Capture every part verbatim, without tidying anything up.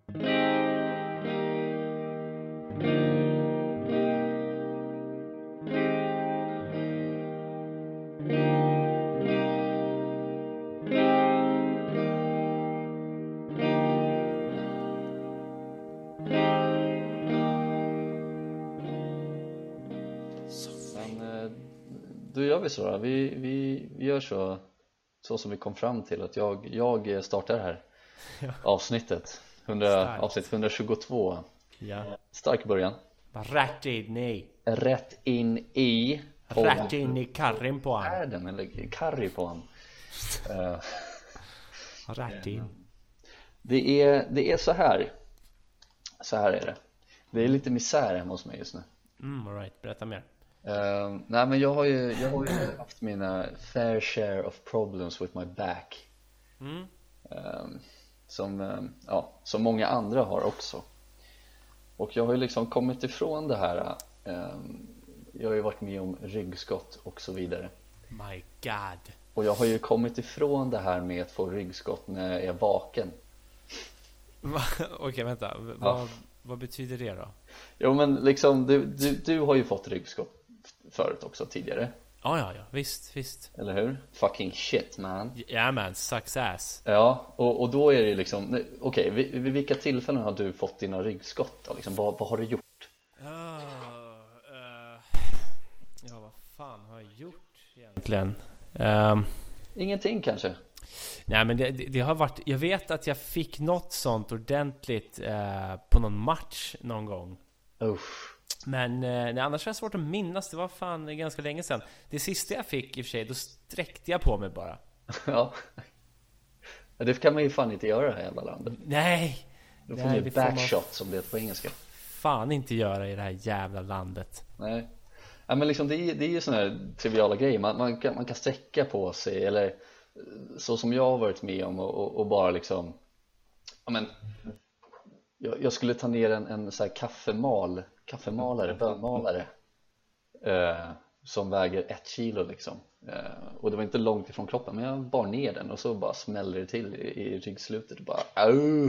Då gör vi så då. Vi, vi, vi gör så så som vi kom fram till att jag, jag startar det här Ja. avsnittet hundra, Starkt. avsnitt hundratjugotvå. Ja. Stark början. Bara rätt in i. Rätt in i Rätt in i karrin på han. världen, eller karri på han. uh, Rätt in. det, är, det är så här. Så här är det. Det är lite misär hemma hos mig just nu. Mm, all right. Berätta mer. Uh, nej men jag har ju jag har ju haft mina fair share of problems with my back. Mm. Um, som um, ja, som många andra har också. Och jag har ju liksom kommit ifrån det här. Um, jag har ju varit med om ryggskott och så vidare. My god. Och jag har ju kommit ifrån det här med att få ryggskott när jag är vaken. Va? Okej, vänta. V- Ja. Vad, vad betyder det då? Jo men liksom du, du, du har ju fått ryggskott förut också tidigare. Ja, ja, ja. Visst, visst. Eller hur? Fucking shit man. Ja, man. Sucks ass. Ja, och, och då är det ju liksom nej, okej, vid, vid vilka tillfällen har du fått dina ryggskott då? Liksom, vad, vad har du gjort? Oh, uh, ja, vad fan har jag gjort egentligen? Um, Ingenting kanske? nej, men det, det, det har varit... Jag vet att jag fick något sånt ordentligt uh, på någon match någon gång. Usch. Men eh, nej, annars är det svårt att minnas. Det var fan ganska länge sedan. Det sista jag fick i och för sig, då sträckte jag på mig bara. Ja. Det kan man ju fan inte göra i det här jävla landet. Nej. Då får Nej, man det ju får man backshot som det heter på engelska. fan inte göra i det här jävla landet. Nej. Ja, men liksom det är, det är ju såna här triviala grejer. Man, man, kan, man kan sträcka på sig. Eller så som jag har varit med om. Och, och, och bara liksom ja, men, jag, jag skulle ta ner en, en så här kaffemal Kaffemalare, bönmalare eh, som väger ett kilo liksom. eh, Och det var inte långt ifrån kroppen. Men jag bar ner den och så bara smäller det till i, i ryggslutet och bara au!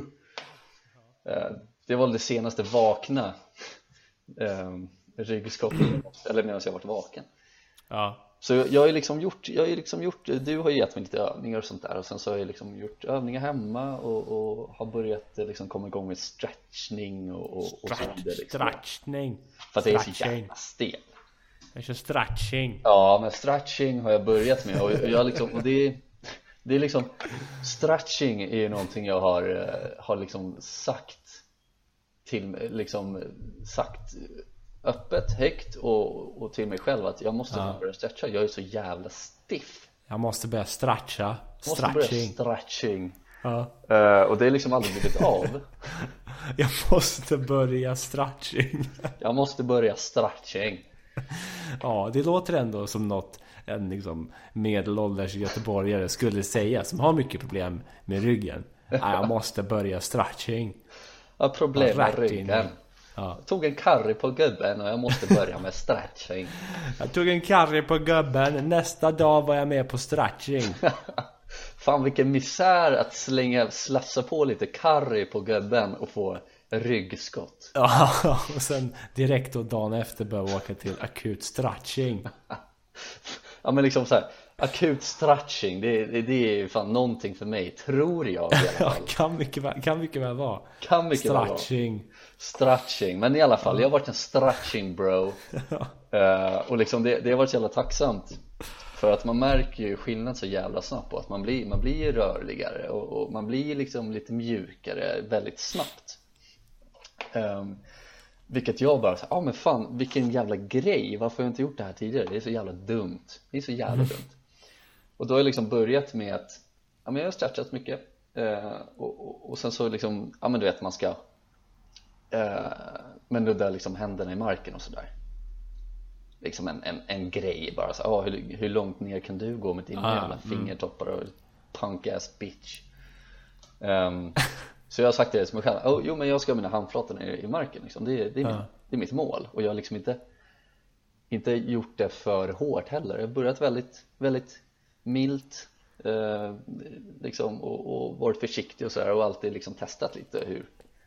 Eh, det var det senaste vakna eh, ryggskotten. Eller medan jag varit vaken. Ja. Så jag, jag har ju liksom gjort, jag har ju liksom gjort, du har ju gett mig lite övningar och sånt där. Och sen så har jag liksom gjort övningar hemma och, och har börjat liksom komma igång med stretchning och, och, och så vidare liksom. Stretchning. För att det är så Stretching. jävla stel. Jag kör stretching. Ja, men stretching har jag börjat med. Och jag liksom, och det, det är liksom, stretching är ju någonting jag har, eh, har liksom sagt till liksom sagt öppet, högt och, och till mig själv att jag måste Ja. börja stretcha. Jag är så jävla stiff. Jag måste börja stretcha. Jag måste börja Stretching. stretching. Ja. Eh, och det är liksom aldrig blivit av. Jag måste börja stretching. Jag måste börja stretching. Ja, det låter ändå som något en liksom medelålders göteborgare skulle säga som har mycket problem med ryggen. Ja, jag måste börja stretching. Jag har problem med Rätt in. ryggen. Ja. Jag tog en curry på gubben och jag måste börja med stretching. Jag tog en curry på gubben. Nästa dag var jag med på stretching. Fan vilken misär att slänga, slafsa på lite curry på gubben och få ryggskott. Ja, och sen direkt då dagen efter började åka till akut stretching. Ja men liksom så här, akut stretching, det, det, det är fan någonting för mig, tror jag i alla Ja, fall. kan mycket väl, kan mycket väl vara. Kan mycket väl vara. Stretching. Stretching, men i alla fall, jag har varit en stretching bro. uh, Och liksom det, det har varit så jävla tacksamt. För att man märker ju skillnad så jävla snabbt på att man blir, man blir ju rörligare och, och man blir liksom lite mjukare väldigt snabbt. um, Vilket jag bara, ja ah, men fan vilken jävla grej, varför har jag inte gjort det här tidigare? Det är så jävla dumt, det är så jävla Mm. dumt. Och då har jag liksom börjat med att ja, men jag har stretchat mycket uh, och, och, och sen så liksom, ja men du vet man ska uh, men nudda liksom händerna i marken och sådär. Liksom en, en, en grej bara så, ah, hur, hur långt ner kan du gå med dina Ah, jävla mm. fingertoppar och punk ass bitch. um, Så jag har sagt det till mig själv, oh, jo men jag ska ha mina handflator ner i marken liksom. det, är, det, är Ah. mitt, det är mitt mål. Och jag har liksom inte inte gjort det för hårt heller. Jag har börjat väldigt, väldigt milt eh, liksom, och, och varit försiktig och sådär. Och alltid liksom testat lite hur,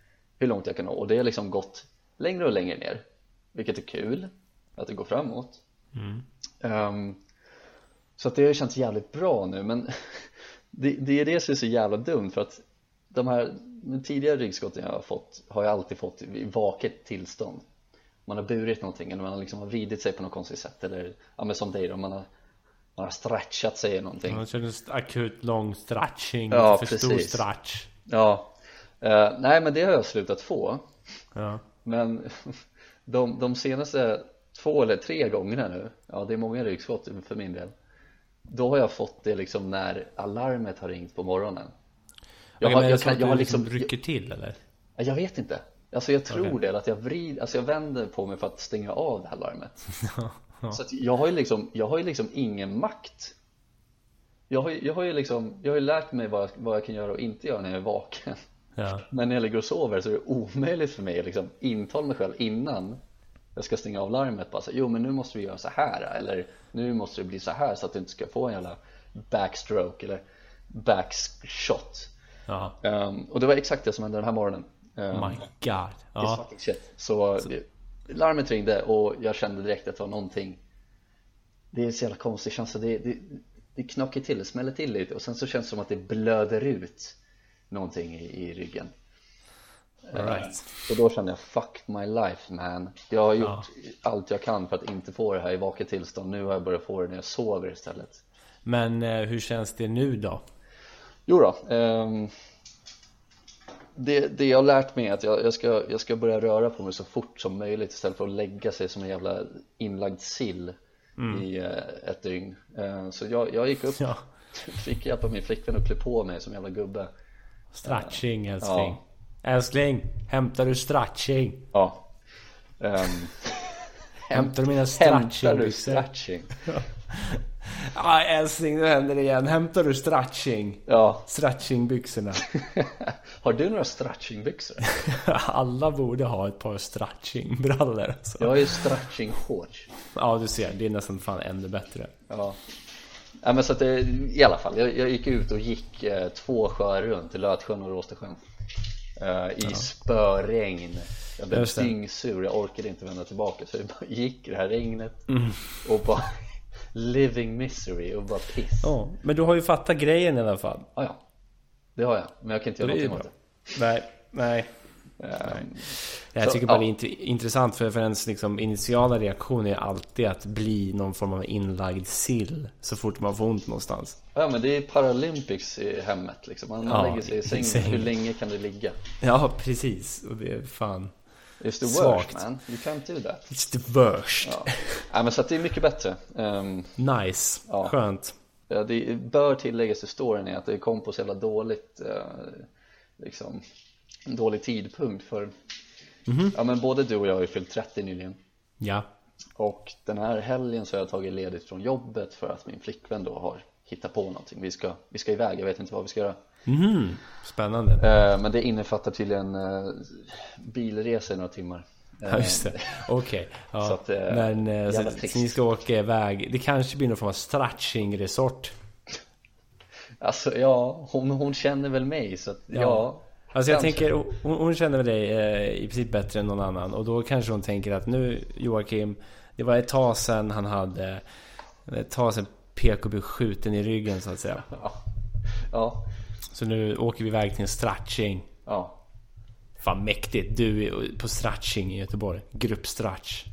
hur långt jag kan nå. Och det har liksom gått längre och längre ner, vilket är kul att det går framåt. Mm. um, Så att det har känts jävligt bra nu. Men det, det är det som är så jävla dumt, för att de här de tidigare ryggskotten jag har fått har jag alltid fått i vaket tillstånd. Man har burit någonting, eller man har liksom har vridit sig på något konstigt sätt, eller ja, men som dig då, man har, man har stretchat sig eller någonting. Man känner akut lång stretching, ja, för precis. stor stretch. Ja, uh, nej men det har jag slutat få. Ja. Men de, de senaste två eller tre gångerna nu, ja det är många ryggskott för min del, då har jag fått det liksom när alarmet har ringt på morgonen. Jag, Okay, har, men jag, så kan, att jag du har liksom liksom rycker till eller? jag, jag vet inte. Alltså jag tror Okay. det, att jag vrid, alltså jag vänder på mig för att stänga av det här larmet. Ja. Så att jag har ju liksom, jag har ju liksom ingen makt. Jag har, ju- jag har ju liksom, jag har ju lärt mig vad, vad jag kan göra och inte göra när jag är vaken. Ja. Men när jag ligger och sover så är det omöjligt för mig att liksom intala mig själv innan jag ska stänga av larmet. Bara så, jo men nu måste vi göra så här, eller nu måste det bli så här, så att du inte ska få en jävla backstroke eller backshot. Ja. um, Och det var exakt det som hände den här morgonen. um, My god. It's Ja. fucking shit. Så, det, larmet ringde och jag kände direkt att det var någonting. Det är så jävla konstig känsla. Det, det, det knakar till, det smäller till lite. Och sen så känns det som att det blöder ut någonting i, i ryggen. All right. Och då kände jag, fuck my life man. Jag har gjort ja. allt jag kan för att inte få det här i vaket tillstånd. Nu har jag börjat få det när jag sover istället. Men eh, hur känns det nu då? Jo då, ehm, det, det jag har lärt mig är att jag, jag, ska, jag ska börja röra på mig så fort som möjligt istället för att lägga sig som en jävla inlagd sill mm. i eh, ett dygn. ehm, Så jag, jag gick upp, ja. fick hjälpa min flickvän och klä på mig som en jävla gubbe. Stretching älskling. Ja. Älskling, hämtar du stretching? Ja. um, Hämtar du mina stretching? Hämtar du stretching? Ja, älskling, nu händer det igen. Hämtar du stretching? Ja. Stretchingbyxorna. Har du några stretchingbyxor? Alla borde ha ett par stretchingbrallor. Så. Jag har ju stretchingshorts. Ja, du ser, det är nästan fan ännu bättre. Ja. Ja, men så att det, i alla fall, jag, jag gick ut och gick eh, två sjöar runt i Lötsjön och Råstasjön. Uh, I ja. spöregn. Jag blev dyngsur, jag orkade inte vända tillbaka. Så jag bara gick i det här regnet mm. och bara living misery och bara piss. Oh, men du har ju fattat grejen i alla fall. Ja, ja, det har jag. Men jag kan inte göra någonting åt det. Nej, nej. Um, nej. Jag tycker så, bara ja. det är intressant. För, för ens liksom, initiala reaktion är alltid att bli någon form av inlagd sill så fort man får ont någonstans. Ja, men det är Paralympics i hemmet liksom. Man ja, lägger sig i sängen. Säng. Hur länge kan det ligga? Ja, precis. Och det är fan It's the worst, man. You can't do that. It's the worst. Ja, ja men så att det är mycket bättre. um, Nice, ja. Skönt. Ja, det bör tilläggas i storyn är att det kom på så jävla dåligt uh, liksom en dålig tidpunkt för mm-hmm. ja, men både du och jag har ju fyllt trettio nyligen. Ja. Och den här helgen så har jag tagit ledigt från jobbet för att min flickvän då har hittat på någonting. Vi ska, vi ska iväg, jag vet inte vad vi ska göra. Mm-hmm. Spännande. eh, Men det innefattar tydligen eh, bilresa i några timmar. Ja, just det. Okej. Okay. Ja. Så att, eh, men eh, så, så ni ska åka iväg. Det kanske blir någon form av stretching-resort. Alltså ja, hon, hon känner väl mig så att, ja, ja. Alltså jag tänker, hon, hon känner väl dig eh, i princip bättre än någon annan. Och då kanske hon tänker att nu, Joakim, det var ett tag sedan han hade ett tag sedan P K B skjuten i ryggen så att säga. Ja. Ja. Så nu åker vi iväg till en stretching. Ja. Fan mäktigt, du är på stretching i Göteborg. Gruppstretch.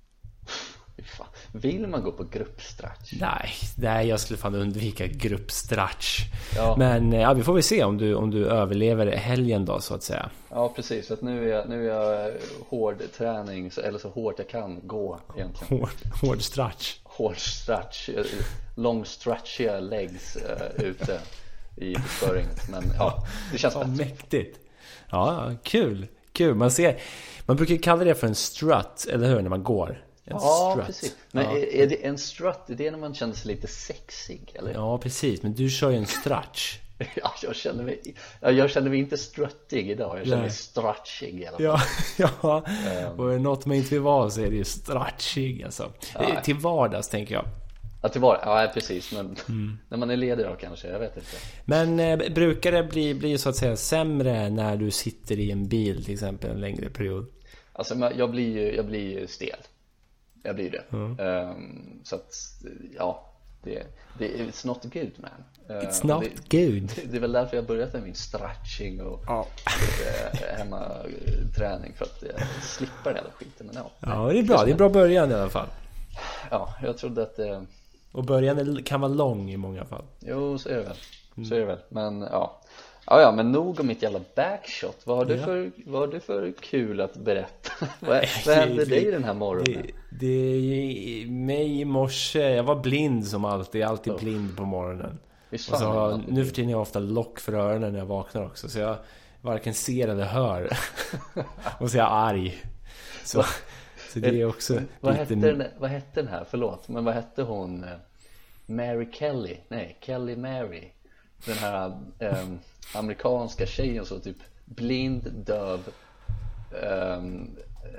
Vill man gå på gruppstretch? Nej, nej, jag skulle fan undvika gruppstretch. Ja. Men ja, vi får väl se om du, om du överlever helgen då så att säga. Ja, precis. För att nu är jag, nu är jag hård träning, eller så hårt jag kan gå egentligen. Hård, hård stretch. Hård stretch. Long stretchiga legs uh, ute i förstöringen. Men ja, det känns bättre. Mäktigt. Ja, kul. Kul. Man ser, man brukar kalla det för en strut, eller hur, när man går. En ja, strut. Precis. Men ja. är, är det en strut? Är det när man känner sig lite sexig, eller? Ja, precis. Men du kör ju en stretch. Ja, jag känner mig, jag känner mig inte struttig idag. Jag känner mig stretchig i alla fall. Ja, ja. Um. Och något man inte vill vara så är det ju stretchig alltså. Ja. Till vardags tänker jag. Att det var, ja precis, men mm. när man är ledig då kanske, jag vet inte. Men eh, brukar det bli, bli så att säga sämre när du sitter i en bil till exempel en längre period? Alltså jag blir ju, jag blir ju stel. Jag blir det. Mm. Um, så att, ja, det, det it's not good man. It's uh, not det, good. Det, det är väl därför jag börjat med min stretching och oh. hemmaträning, för att jag slipper hela skiten. Men ja, ja, det är bra, det är bra början i alla fall. Ja, jag trodde att det... Och början kan vara lång i många fall. Jo, så är det väl. Så är det väl. Men ja. Ja, ja, men nog om mitt jävla backshot. Vad har du, ja. för, vad har du för kul att berätta? vad vad hände dig den här morgonen? Det, det mig i morse. Jag var blind som alltid. Alltid oh. blind på morgonen. Och så, nu för tiden är jag ofta lock för öronen när jag vaknar också. Så jag varken ser eller hör. Och så är jag arg. Så, så det är också vad, lite... hette den, vad hette den här? Förlåt. Men vad hette hon? Mary Kelly? Nej, Kelly Mary. Den här um, amerikanska tjejen som typ blind, döv, um,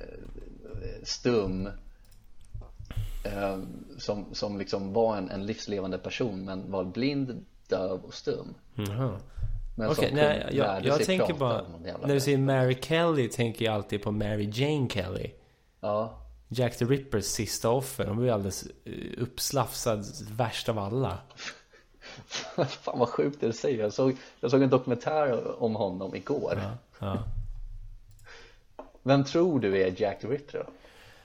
stum, um, som, som liksom var en, en livslevande person men var blind, döv och stum. Mm-hmm. Men okay, nej, jag, jag tänker bara när du säger Mary Kelly tänker jag alltid på Mary Jane Kelly. Ja. Jack the Rippers sista offer. Hon blev alldeles uppslafsad, värst av alla. Fan vad sjukt det du säger. Jag såg, jag såg en dokumentär om honom igår. Ja, ja. Vem tror du är Jack the Ripper då?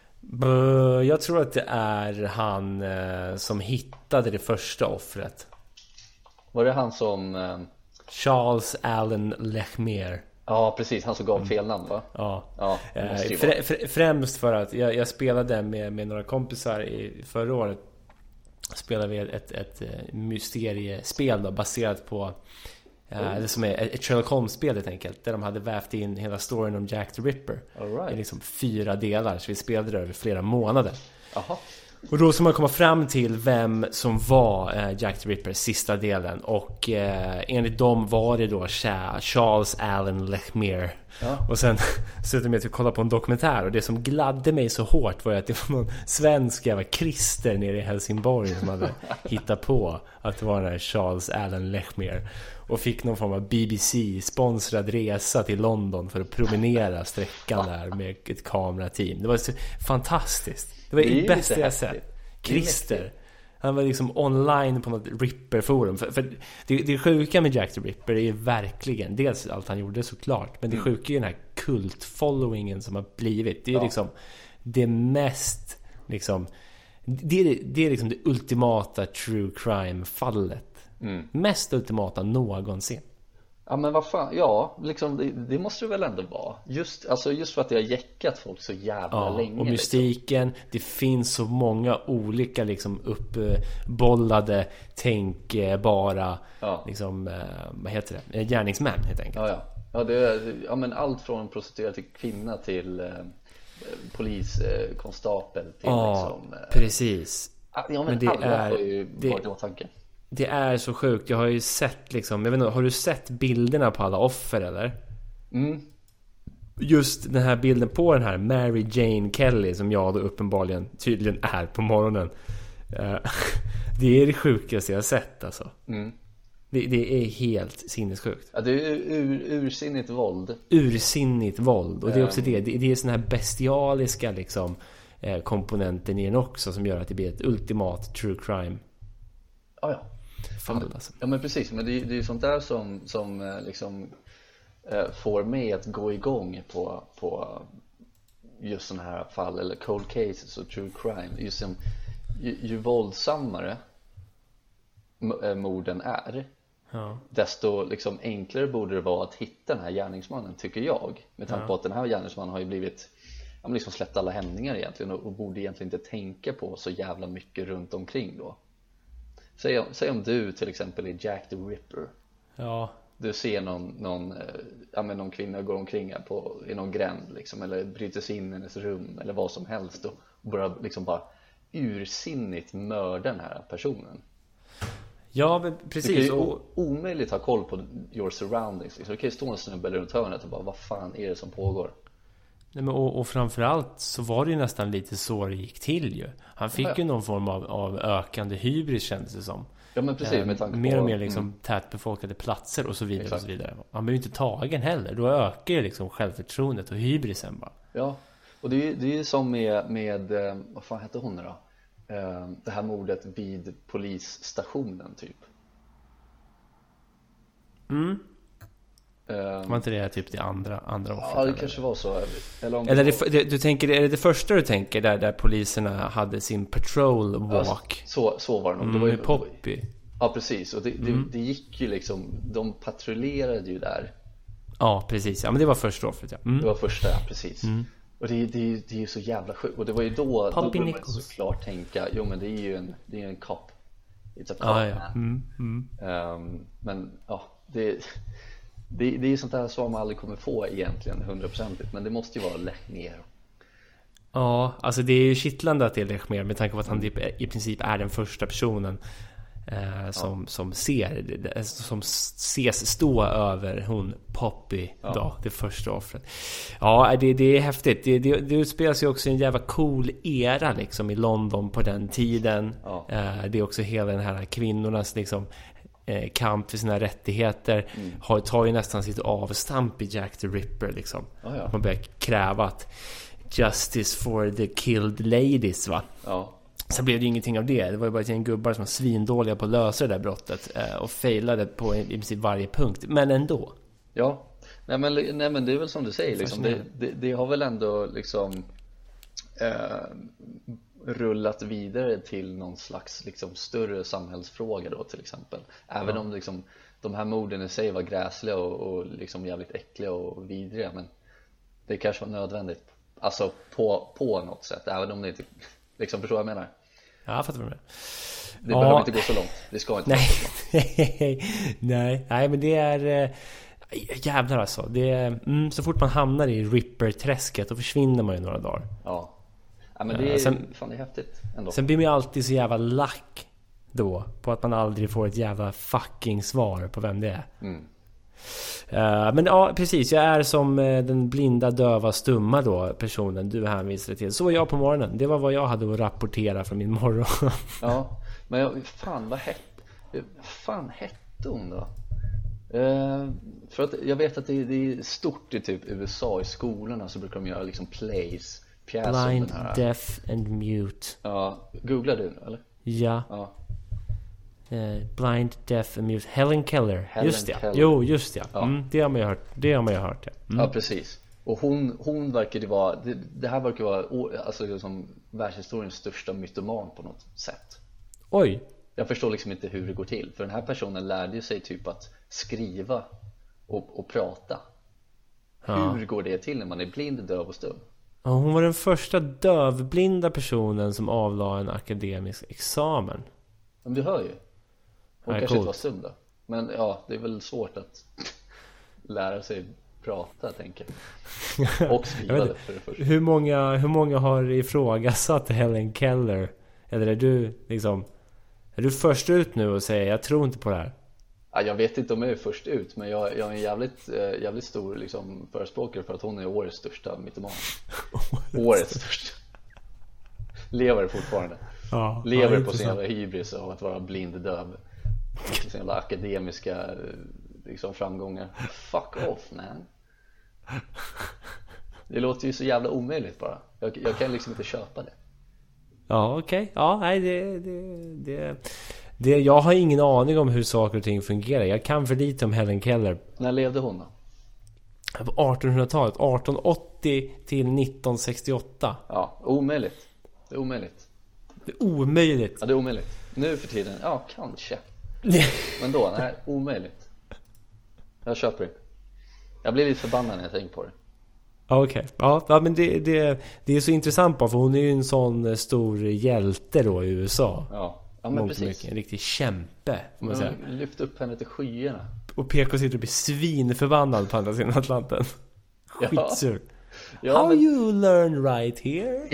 B- jag tror att det är han eh, som hittade det första offret. Var det han som eh... Charles Allen Lechmere? Ja, precis, han som gav fel namn va? Ja, ja eh, frä, frä, främst för att jag, jag spelade med, med några kompisar i förra året. Spelade vi ett, ett, ett mysteriespel då, baserat på uh, det som är ett Sherlock Holmes-spel helt enkelt, där de hade vävt in hela storyn om Jack the Ripper. All right. I liksom fyra delar, så vi spelade det över flera månader. Aha. Och då ska man komma fram till vem som var eh, Jack the Ripper sista delen. Och eh, enligt dem var det då Charles Allen Lechmere. Ja. Och sen slutade med att kolla på en dokumentär. Och det som gladde mig så hårt var att det var någon svensk jävla Christer nere i Helsingborg som hade hittat på att det var den här Charles Allen Lechmere. Och fick någon form av B B C-sponsrad resa till London för att promenera sträckan där med ett kamerateam. Det var så fantastiskt. Det var det, det bästa jag sett. Christer. Han var liksom online på något Ripper-forum. För, för det, det sjuka med Jack the Ripper är verkligen, dels allt han gjorde såklart, men det mm. sjuka är den här kult-followingen som har blivit. Det är ja. liksom det mest liksom, det är, det är liksom det ultimata true crime-fallet. Mm. Mest ultimata någonsin. Ja men vad fan, ja liksom det, det måste det väl ändå vara. Just, alltså just för att det har jäckat folk så jävla ja, länge. Och mystiken, liksom. Det finns så många olika liksom uppbollade, tänkbara ja. liksom, vad heter det? Gärningsmän helt enkelt. Ja, ja. Ja, det är, ja men allt från prostituerad till kvinna till eh, poliskonstapel till ja, liksom eh, precis. Ja men, men det alla är, får ju det, varit i åtanke. Det är så sjukt. Jag har ju sett liksom, jag vet inte, har du sett bilderna på alla offer eller? Mm. Just den här bilden på den här Mary Jane Kelly som jag då uppenbarligen tydligen är på morgonen. Det är det sjukaste jag har sett alltså. Mm. Det, det är helt sinnessjukt. Ja, det är ur, ursinnigt våld. Ursinnigt våld. Och det är också det. Det, det är sån här bestialiska liksom komponenten i den också som gör att det blir ett ultimat true crime. Ja, ja. Fall, alltså. Ja men precis, men det, det är ju sånt där som, som liksom eh, får mig att gå igång på, på just såna här fall eller cold cases och true crime. Just som, ju, ju våldsammare m- morden är, ja. desto liksom enklare borde det vara att hitta den här gärningsmannen, tycker jag, med tanke ja. på att den här gärningsmannen har ju blivit ja, men liksom släppt alla hämningar egentligen och, och borde egentligen inte tänka på så jävla mycket runt omkring då. Säg om, säg om du till exempel är Jack the Ripper. Ja. Du ser någon, någon, ja, men någon kvinna går omkring här på, i någon gränd liksom, eller bryter sig in i hennes rum eller vad som helst och börjar liksom bara ursinnigt mörda den här personen. Ja, men precis. Du kan ju o- omöjligt ha koll på your surroundings liksom. Du kan ju stå en snubbe runt hörnet och bara, vad fan är det som pågår? Nej, men och, och framförallt så var det ju nästan lite så det gick till ju. Han fick ja. ju någon form av, av ökande hybris, kändes det som. Ja, men precis, med tanke på... Mer och mer liksom mm. tätbefolkade platser och så vidare. Exakt. Och så vidare. Han blir ju inte tagen heller. Då ökar ju liksom självförtroendet och hybrisen bara. Ja, och det är, det är ju som med, med, vad fan hette hon då? Det här mordet vid polisstationen typ. Mm. Um, var inte det typ det andra andra offret? Ja, det kanske var så. Eller, om eller det, det, du tänker, är det det första du tänker där, där poliserna hade sin patrol walk? Ja, så, så var det nog. Mm, det var ju Poppy. Ja, precis. Och det, mm. det, det gick ju liksom, de patrullerade ju där. Ja, precis. Ja, men det var första offret, ja. Mm. Det var första, ja, precis. Mm. Och det, det, det är ju så jävla sjukt. Och det var ju då, då borde man såklart tänka, jo men det är ju en, det är en cop. It's a cop, ah, ja. man. Mm, mm. Um, men ja, det, det, det är ju sånt där svar man aldrig kommer få egentligen hundraprocentigt. Men det måste ju vara Lechmer. Ja, alltså det är ju kittlande att det är Lechmer med tanke på att han i princip är den första personen eh, som, ja. som ser som ses stå över hon Poppy ja. då, det första offret. Ja, det, det är häftigt. Det, det, det utspelas ju också en jävla cool era liksom i London på den tiden. Ja. Eh, det är också hela den här kvinnornas liksom eh, kamp för sina rättigheter mm. har, tar ju nästan sitt avstamp i Jack the Ripper liksom. Ja, ja. Man börjar kräva att justice for the killed ladies, va? Ja. Så blev det ju ingenting av det. Det var ju bara ett gäng gubbar som var svindåliga på att lösa det där brottet eh, och failade på i princip varje punkt. Men ändå. Ja, nej men, nej men det är väl som du säger liksom. det, det, det har väl ändå liksom eh, rullat vidare till någon slags liksom större samhällsfråga då till exempel. Även ja. om liksom de här morden i sig var gräsliga och, och liksom jävligt äckliga och vidriga, men det kanske var nödvändigt. Alltså på, på något sätt, även om det inte liksom, förstår vad jag menar. Ja, jag fattar vad du menar. Det ja. behöver inte gå så långt. Det ska inte nej. gå så långt. nej, nej, men det är äh, jävlar alltså. Det är, mm, så fort man hamnar i Ripper-träsket då försvinner man ju några dagar. Ja. Ja, men det är, sen, fan, det är häftigt ändå. Sen blir man ju alltid så jävla lack då på att man aldrig får ett jävla fucking svar på vem det är. Mm. Uh, men ja, precis. Jag är som uh, den blinda, döva, stumma då, personen du hänvisade till. Så var jag på morgonen. Det var vad jag hade att rapportera från min morgon. Ja, men jag, fan, vad hette fan hette hon då? Uh, för att jag vet att det, det är stort i typ U S A i skolorna, så brukar de göra liksom plays, pjäser. Blind, deaf and mute. Ja, googlar du eller? Ja. Ja. Uh, blind, deaf and mute. Helen Keller. Helen just det. Keller. Jo, just det. Ja. Mm, det har man ju hört. Det har man ju hört. Ja, mm. Ja, precis. Och hon, hon verkar det vara det, det här verkar vara alltså liksom världshistoriens största mytoman på något sätt. Oj. Jag förstår liksom inte hur det går till. För den här personen lärde sig typ att skriva och, och prata. Ja. Hur går det till när man är blind, döv och stum? Ja, hon var den första dövblinda personen som avlade en akademisk examen. Men du hör ju. Hon ja, kanske coolt. inte var stum då. Men ja, det är väl svårt att lära sig prata, tänker jag. Och skriva det för det första. Hur många, hur många har ifrågasatt Helen Keller? Eller är du liksom, är du först ut nu och säger jag tror inte på det här? Ja, jag vet inte om jag är först ut, men jag, jag är en jävligt, äh, jävligt stor liksom, förespråkare för att hon är årets största mytoman. Årets största. Lever fortfarande. Ja, Lever ja, på sin jävla hybris av att vara blind döv. Sin jävla akademiska liksom, framgångar. Fuck off, man. Det låter ju så jävla omöjligt bara. Jag, jag kan liksom inte köpa det. Ja, okej. Okay. Ja, nej, det, det, det, det... Jag har ingen aning om hur saker och ting fungerar. Jag kan för lite om Helen Keller. När levde hon då? På artonhundratalet. arton åttio till nitton sextioåtta. Ja, omöjligt. Det är omöjligt. Det är omöjligt. Ja, det är omöjligt. Nu för tiden, ja, kanske. Men då, nej, omöjligt. Jag köper det. Jag blir lite förbannad när jag tänker på det. Okej, okay. ja, ja, men det, det, det är så intressant bara, för hon är ju en sån stor hjälte då i U S A. Ja, ja men precis. Mycket, en riktig kämpe, får man säga. Lyft upp henne till skyarna. Och P K sitter och blir svinförbannad på andra sidan Atlanten. Skitsur. Ja, How men... you learn right here?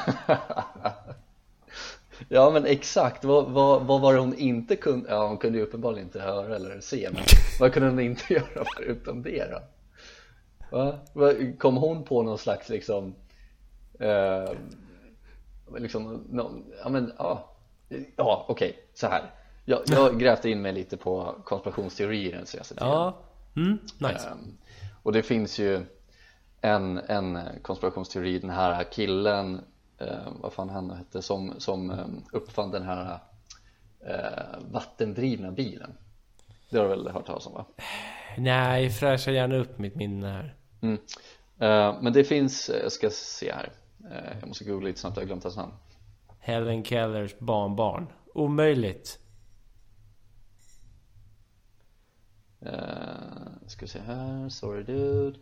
Ja, men exakt. Vad, vad, vad var det hon inte kunde? Ja, hon kunde ju uppenbarligen inte höra eller se. Men vad kunde hon inte göra förutom det då? Va? Kom hon på någon slags liksom eh, liksom no, ja men ja ja okej okay, så här. Jag, jag grävde in mig lite på konspirationsteorier den senaste tiden. Ja, mm, nice. eh, och det finns ju en, en konspirationsteori, den här killen eh, vad fan han hette som, som eh, uppfann den här eh, vattendrivna bilen. Det har du väl hört talas om, va? Nej, fräscha gärna upp mitt minne här. Mm. Uh, men det finns, jag ska se här, uh, jag måste googla lite snabbt, jag har glömt hans namn. Helen Kellers barnbarn. Omöjligt. uh, Ska se här, sorry dude.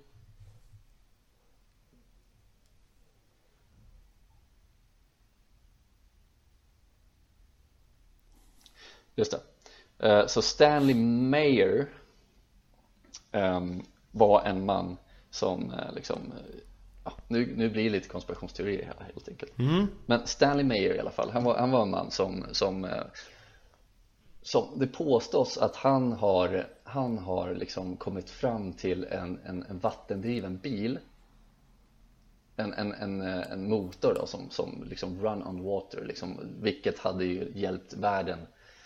Just det. uh, Så Stanley Meyer um, var en man som uh, liksom ja, nu, nu blir det lite konspirationsteorier här helt enkelt. Mm. Men Stanley Meyer i alla fall, han var, han var en man som, som, uh, som det påstås att han har, han har liksom kommit fram till en, en, en vattendriven bil, en, en, en, en motor då, som, som liksom run on water liksom, vilket hade ju hjälpt världen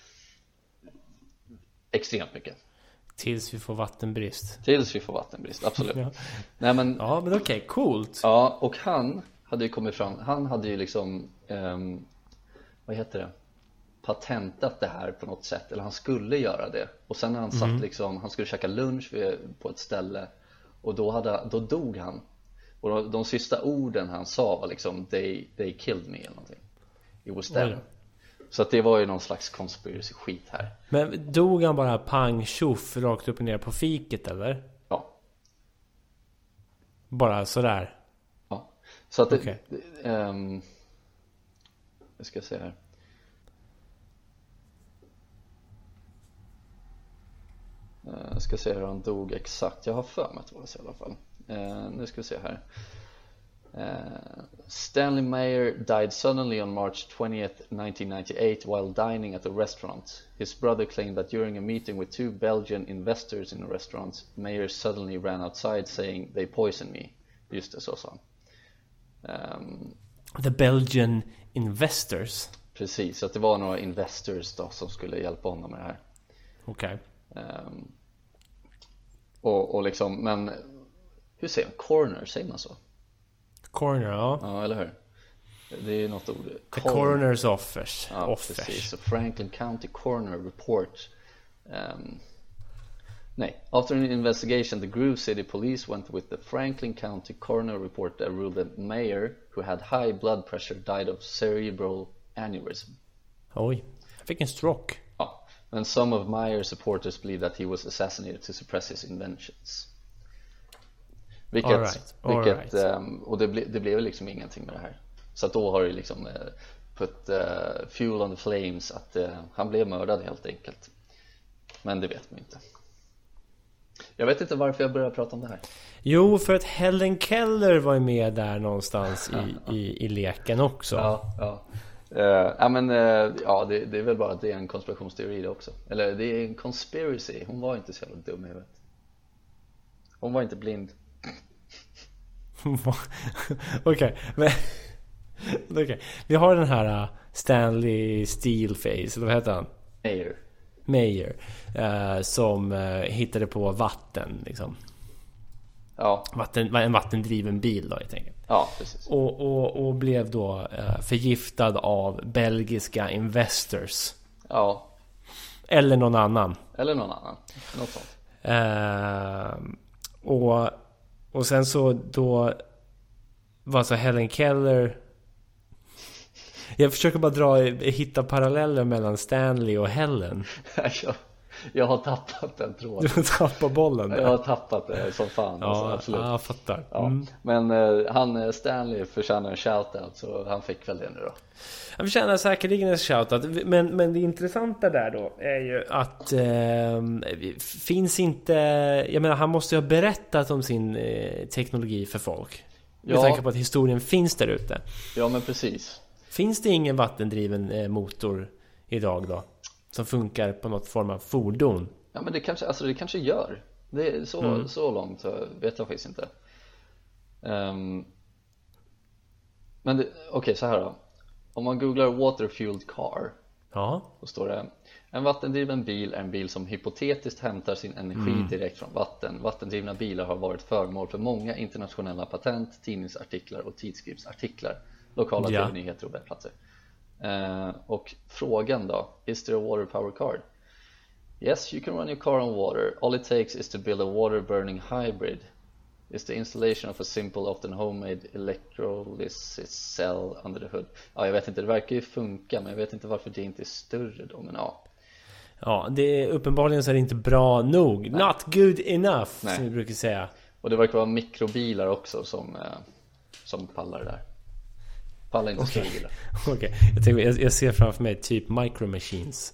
extremt mycket. Tills vi får vattenbrist. Tills vi får vattenbrist, absolut. Ja. Nej, men, ja, men okej, okay, coolt. Ja, och han hade ju kommit fram, han hade ju liksom um, vad heter det, patentat det här på något sätt, eller han skulle göra det. Och sen när han mm. satt liksom, han skulle käka lunch på ett ställe, och då, hade, då dog han. Och de, de sista orden han sa var liksom they, they killed me eller någonting. It was them. Mm. Så att det var ju någon slags conspiracy skit här. Men dog han bara pang tjoff rakt upp och ner på fiket eller? Ja. Bara sådär? Ja. Så att det, okay. det, um, jag ska se här. Jag ska se hur han dog exakt. Jag har för mig att det var så i alla fall. uh, Nu ska vi se här. Uh, Stanley Meyer died suddenly on March twentieth, nineteen ninety-eight while dining at a restaurant. His brother claimed that during a meeting with two Belgian investors in a restaurant, Meyer suddenly ran outside saying they poisoned me. Just det, så sa han. Um, The Belgian investors? Precis, att det var några investors då som skulle hjälpa honom med det här. Okej. Okay. Um, och, och liksom, men hur säger man? Coroner, säger man så? Coroner, ja. Ja, eller hur? Det är ju något ord. The coroner's office. Ja, office. precis. Så Franklin County Coroner report. Um, nej. After an investigation, the Grove City Police went with the Franklin County Coroner report that ruled that Meyer, who had high blood pressure, died of cerebral aneurysm. Oj, jag fick en stroke. Ja, and some of Meyer's supporters believe that he was assassinated to suppress his inventions. Vilket, all right, all vilket right. um, och det, ble, det blev liksom ingenting med det här. Så att då har det liksom uh, put uh, fuel on the flames att uh, han blev mördad helt enkelt. Men det vet man inte. Jag vet inte varför jag började prata om det här. Jo, för att Helen Keller var med där någonstans i, i, i leken också. Ja, ja. Uh, ja men uh, ja, det, det är väl bara att det är en konspirationsteori det också. Eller det är en conspiracy. Hon var inte så jävla dum i huvudet. Hon var inte blind. Okej, men okej. Okay. Vi har den här uh, Stanley Steelface, eller vad heter han? Meyer. Meyer uh, som uh, hittade på vatten liksom. Ja. Vatten, en vattendriven bil då helt enkelt. Ja, precis. Och, och, och blev då uh, förgiftad av belgiska investors. Ja. Eller någon annan. Eller någon annan. Något sånt. Uh, och Och sen så då var så Helen Keller. Jag försöker bara dra hitta paralleller mellan Stanley och Helen. jag, jag har tappat den tråden. Du har tappat bollen där. Jag har tappat det som fan. Ja, alltså, absolut. Ja, jag fattar. Ja. Mm. Men uh, han Stanley förtjänar en shoutout, så han fick väl det nu då. Han förtjänar säkerligen en shoutout. Men, men det intressanta där då är ju att eh, finns inte, jag menar han måste ju ha berättat om sin eh, teknologi för folk. Med ja. tanke på att historien finns där ute. Ja, men precis. Finns det ingen vattendriven eh, motor idag då? Som funkar på något form av fordon? Ja, men det kanske, alltså det kanske gör. det är så, Mm. så långt så vet jag faktiskt inte. um, Men det, okej, okay, så här då. Om man googlar water-fueled car, Ja. då står det: en vattendriven bil är en bil som hypotetiskt hämtar sin energi Mm. direkt från vatten. Vattendrivna bilar har varit föremål för många internationella patent, tidningsartiklar och tidskriftsartiklar, lokala Ja. tv-nyheter och webbplatser. uh, Och frågan då: is there a water power car? Yes, you can run your car on water. All it takes is to build a water burning hybrid. Is the installation of a simple, often homemade electrolysis cell under the hood. Ja, jag vet inte, det verkar ju funka, men jag vet inte varför det inte är större då, men ja. Ja, det är uppenbarligen så är det inte bra nog. Nej. Not good enough, Nej. som vi brukar säga. Och det verkar vara mikrobilar också som, eh, som pallar det där. Pallar inte Okej. större bilar. Okej, okay. jag, tänker, jag, jag ser framför mig typ micro machines.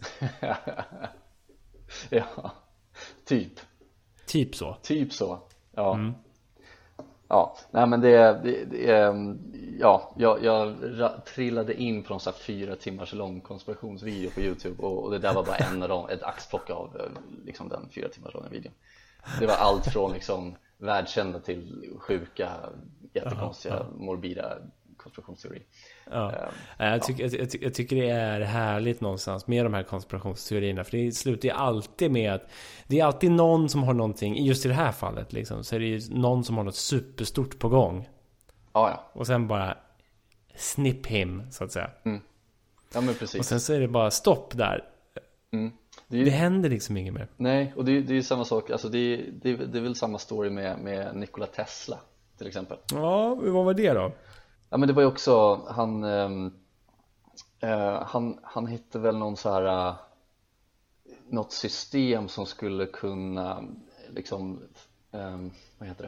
Ja, typ. Typ så. Typ så, ja. Mm. Ja, nej men det, det, det är, ja, jag, jag ra- trillade in på en sån här fyra timmars lång konspirationsvideo på YouTube, och, och det där var bara en av dem, ett axplock av liksom den fyra timmars långa videon. Det var allt från liksom världskända till sjuka, jättekonstiga, Aha, morbida konspirationsteorier. Ja. Um, jag, tycker, jag, jag, jag tycker det är härligt någonstans med de här konspirationsteorierna, för det slutar ju alltid med att det är alltid någon som har någonting, just i det här fallet liksom, så är det ju någon som har något superstort på gång. Ja, ja. Och sen bara snip him, så att säga. Mm. Ja, men precis. Och sen så är det bara stopp där. Mm. Det, är ju, Det händer liksom inget mer. nej, och det, är- det är ju samma sak, alltså det, är- det, är- det är väl samma story med, med Nikola Tesla till exempel. Ja, vad var det då? Ja, men det var ju också han ehm, eh, han, han hittade väl någon så här eh, något system som skulle kunna liksom ehm, vad heter det,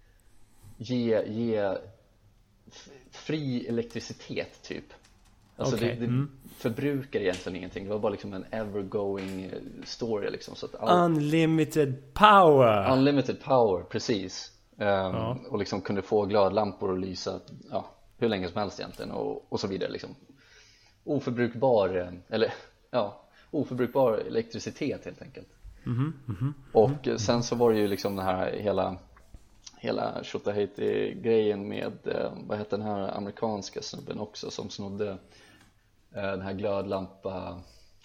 ge, ge f- fri elektricitet typ. Alltså Okej, det, det mm. förbrukar egentligen ingenting. Det var bara liksom en evergoing story liksom, så att all, Unlimited power. unlimited power, precis. Ehm, Ja. Och liksom kunde få glödlampor och lysa, ja, hur länge som helst egentligen, och, och så vidare liksom. Oförbrukbar, eh, eller ja, oförbrukbar elektricitet helt enkelt. Mhm, mhm. Och eh, sen så var det ju liksom den här hela hela Tjotahejti-grejen med eh, vad heter den här amerikanska snubben också som snodde eh, den här glödlampa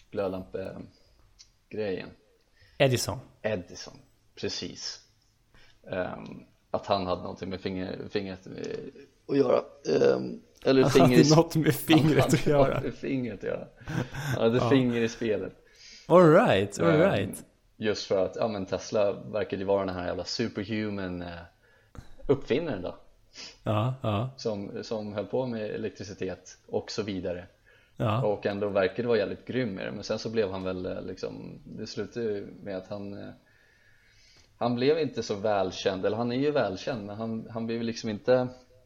glödlampe-grejen. Edison. Edison, precis. Ehm, att han hade någonting med finger, fingret eh, att göra. Ehm, eller Han finger i hade något med fingret att han hade göra. med fingret att göra. Han hade Ja. finger i spelet. All right, all Ehm, right. Just för att ja, men Tesla verkade ju vara den här jävla superhuman eh, uppfinnaren då, Ja, ja, som, som höll på med elektricitet och så vidare. ja. Och ändå verkade vara jävligt grym med det. Men sen så blev han väl eh, liksom, det slutade ju med att han eh, han blev inte så välkänd, eller han är ju välkänd, men han, han blev liksom inte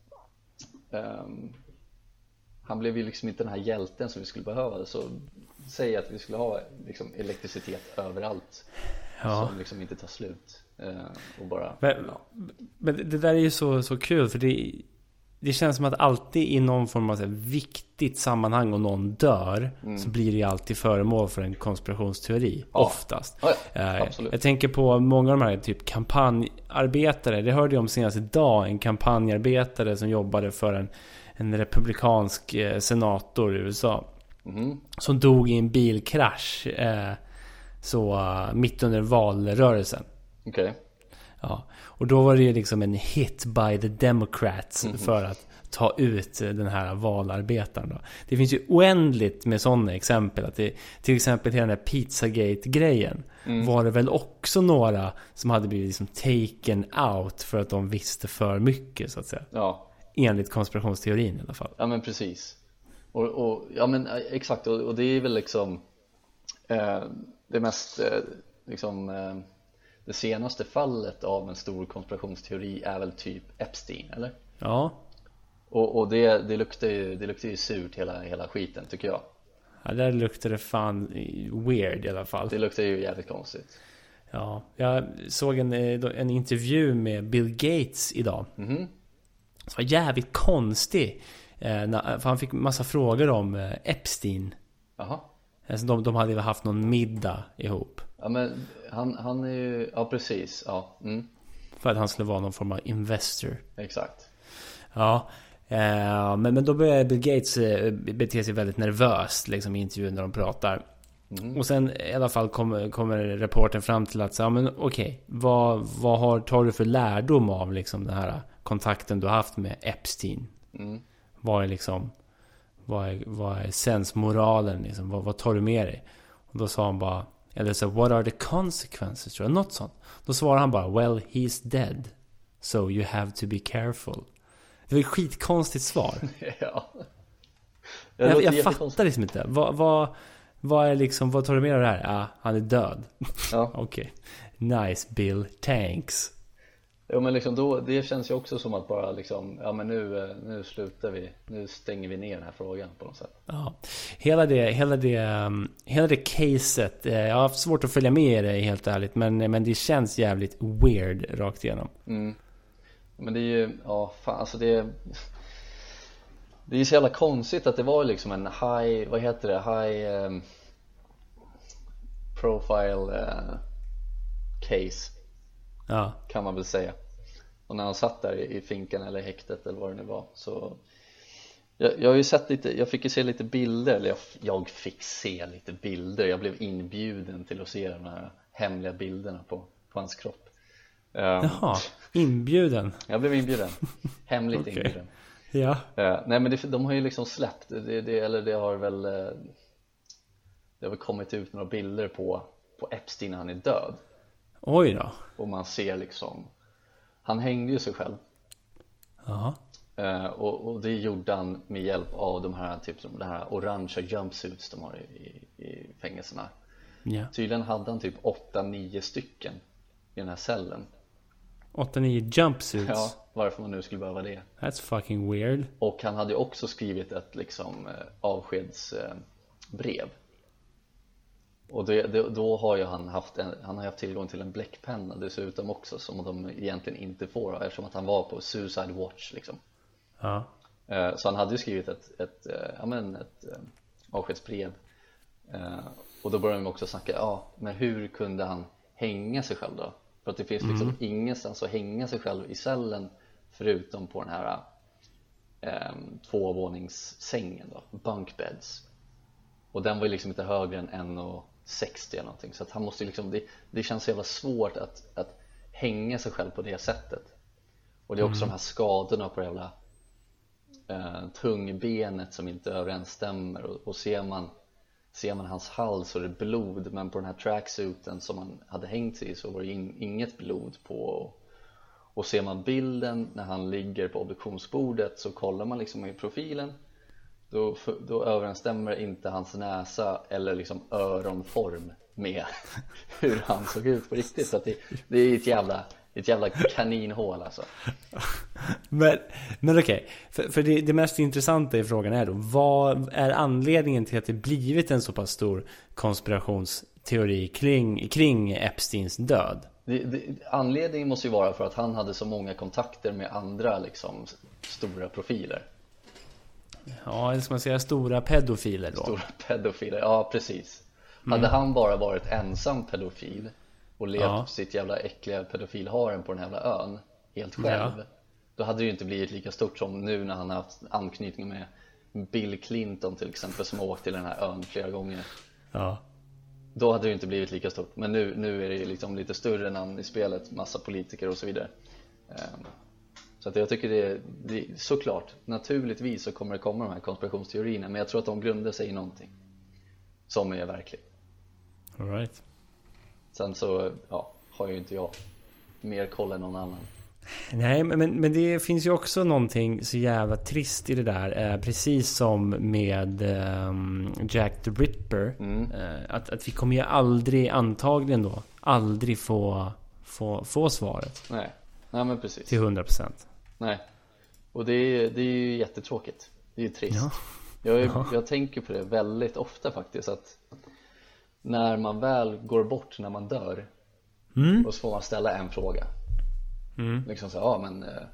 ehm, han blev ju liksom inte den här hjälten som vi skulle behöva. Så säg att vi skulle ha liksom elektricitet överallt, Ja. som liksom inte tar slut, eh, och bara Men, ja. men det där är ju så, så kul, för det, det känns som att alltid i någon form av så här viktigt sammanhang och någon dör, Mm. så blir det ju alltid föremål för en konspirationsteori, Ja. oftast. Ja, ja, Eh, absolut. Jag tänker på många av de här typ kampanjarbetare. Det hörde jag om senast idag. En kampanjarbetare som jobbade för en, en republikansk eh, senator i U S A. Mhm. Som dog i en bilkrasch eh, så uh, mitt under valrörelsen. Okej. Ja. Och då var det ju liksom en hit by the Democrats Mhm. för att ta ut eh, den här valarbetaren då. Det finns ju oändligt med sådana exempel. Att det, till exempel hela den här Pizzagate-grejen. Mm. Var det väl också några som hade blivit liksom taken out för att de visste för mycket, så att säga. Ja. Enligt konspirationsteorin i alla fall. Ja, men precis. Och, och ja, men eh, exakt, och, och det är väl liksom eh, det mest eh, liksom eh, det senaste fallet av en stor konspirationsteori är väl typ Epstein, eller? Ja. Och, och det, det luktar ju det luktar ju surt hela, hela skiten, tycker jag. Ja, där luktar det fan weird i alla fall. Det luktar ju jävligt konstigt. Ja, jag såg en, en intervju med Bill Gates idag. Mhm. Det var jävligt konstig. Eh, när, för han fick massa frågor om eh, Epstein. Jaha. Alltså de, de hade ju haft någon middag ihop. Ja, men han, han är ju, ja precis, ja. Mm. För att han skulle vara någon form av investor. Exakt. Ja, eh, men, men då börjar Bill Gates eh, bete sig väldigt nervöst liksom, i intervjun när de pratar. Mm. Och sen i alla fall kommer, kommer reporten fram till att säga, ja, men okej, okay, vad, vad har, tar du för lärdom av liksom, den här kontakten du har haft med Epstein? Mm. Vad är liksom, vad är, vad är sensmoralen liksom? Vad, vad tar du med dig? Och då sa han bara, eller så, what are the consequences? Tror jag, något sånt. Då svarar han bara, well, he's dead, so you have to be careful. Det var ett skitkonstigt svar. Ja. Jag, jag, jag fattar liksom inte. Vad, vad, vad är liksom, vad tar du med av det här? Ja, ah, han är död. Ja. Okej. Okay. Nice, Bill. Thanks. Ja, men liksom då, det känns ju också som att bara liksom, ja men nu, nu slutar vi, nu stänger vi ner den här frågan på något sätt. Ja, hela det, hela det, hela det caset, jag har haft svårt att följa med i det helt ärligt, men, men det känns jävligt weird rakt igenom. Mm. Men det är ju, ja fan, alltså det det är ju så jävla konstigt att det var liksom en high, vad heter det, high um, profile uh, case. Ja. Kan man väl säga. Och när han satt där i finkan eller häktet eller vad det nu var, så jag, jag har ju sett lite, jag fick ju se lite bilder, eller jag, jag fick se lite bilder, jag blev inbjuden till att se de här hemliga bilderna på, på hans kropp. um, Jaha, inbjuden. Jag blev inbjuden, hemligt okay. inbjuden. Ja. uh, Nej men det, de har ju liksom släppt det, det, eller det har väl uh, det har väl kommit ut några bilder på, på Epstein när han är död. Oj då. Och man ser liksom, han hängde ju sig själv. Ja. Uh, och, och det gjorde han med hjälp av de här typ som det här orangea jumpsuits de har i, i, i fängelserna. Ja. Tydligen hade han typ åtta nio stycken i den här cellen. åtta nio jumpsuits? Ja, varför man nu skulle behöva det. That's fucking weird. Och han hade ju också skrivit ett liksom uh, avskedsbrev. Uh, Och det, det, då har ju han haft en, han har haft tillgång till en bläckpenna dessutom också, som de egentligen inte får eftersom att han var på Suicide Watch liksom. Ja. Så han hade ju skrivit ett, ett, ja, men ett avskedsbrev. Och då började de också snacka, ja men hur kunde han hänga sig själv då? För att det finns liksom mm. ingenstans att hänga sig själv i cellen förutom på den här eh, tvåvåningssängen då, bunkbeds. Och den var ju liksom inte högre än en sextio eller någonting. Så att han måste liksom, det, det känns så jävla svårt att, att hänga sig själv på det sättet. Och det är också mm. de här skadorna på det jävla eh, tungbenet som inte överensstämmer. Och, och ser man ser man hans hals så är det blod, men på den här tracksuiten som han hade hängt sig i så var det in, inget blod på. Och, och ser man bilden när han ligger på obduktionsbordet så kollar man liksom i profilen. Då, då överensstämmer inte hans näsa eller liksom öronform med hur han såg ut på riktigt. Så att det, det är ett jävla, ett jävla kaninhål alltså. Men, men okej, okay. för, för det, det mest intressanta i frågan är då, vad är anledningen till att det blivit en så pass stor konspirationsteori kring, kring Epsteins död? Det, det, anledningen måste ju vara för att han hade så många kontakter med andra liksom stora profiler. Ja, eller ska man säga stora pedofiler då? Stora pedofiler, ja precis. Mm. Hade han bara varit ensam pedofil och levt ja. sitt jävla äckliga pedofilharen på den jävla ön helt själv, ja. då hade det ju inte blivit lika stort som nu när han har haft anknytning med Bill Clinton till exempel, som har åkt till den här ön flera gånger. Ja. Då hade det ju inte blivit lika stort. Men nu, nu är det liksom lite större namn i spelet, massa politiker och så vidare. um, Så att jag tycker det är, det är såklart, naturligtvis så kommer det komma de här konspirationsteorierna, men jag tror att de grundar sig i någonting som är verkligt. All right. Sen så ja, har ju inte jag mer koll än någon annan. Nej, men, men det finns ju också någonting så jävla trist i det där, eh, precis som med eh, Jack the Ripper. Mm. eh, att, att vi kommer ju aldrig, antagligen då aldrig få, få, få svaret. Nej. Nej, men precis. Till hundra procent. Nej, och det är, det är ju jättetråkigt. Det är ju trist. Ja. Jag, ja. jag tänker på det väldigt ofta faktiskt, att när man väl går bort, när man dör, mm. och så får man ställa en fråga. Mm. Liksom så, ja men eh,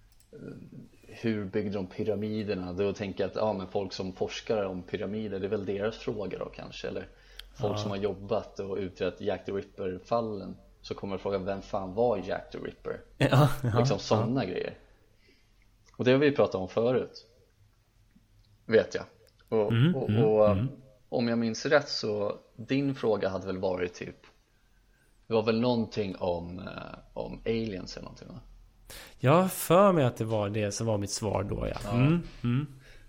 hur byggde de pyramiderna? Då tänker jag att ja, men folk som forskar om pyramider, det är väl deras fråga då kanske. Eller folk Ja. som har jobbat och utrett Jack the Ripper-fallen, så kommer de fråga vem fan var Jack the Ripper. Ja, ja, Liksom sådana ja. grejer. Och det har vi pratat om förut, vet jag. Och, Mm, och, mm, och mm. om jag minns rätt så din fråga hade väl varit typ, det var väl någonting om, eh, om aliens eller någonting, va? Jag har för mig att det var det som var mitt svar då, ja. Mm, mm.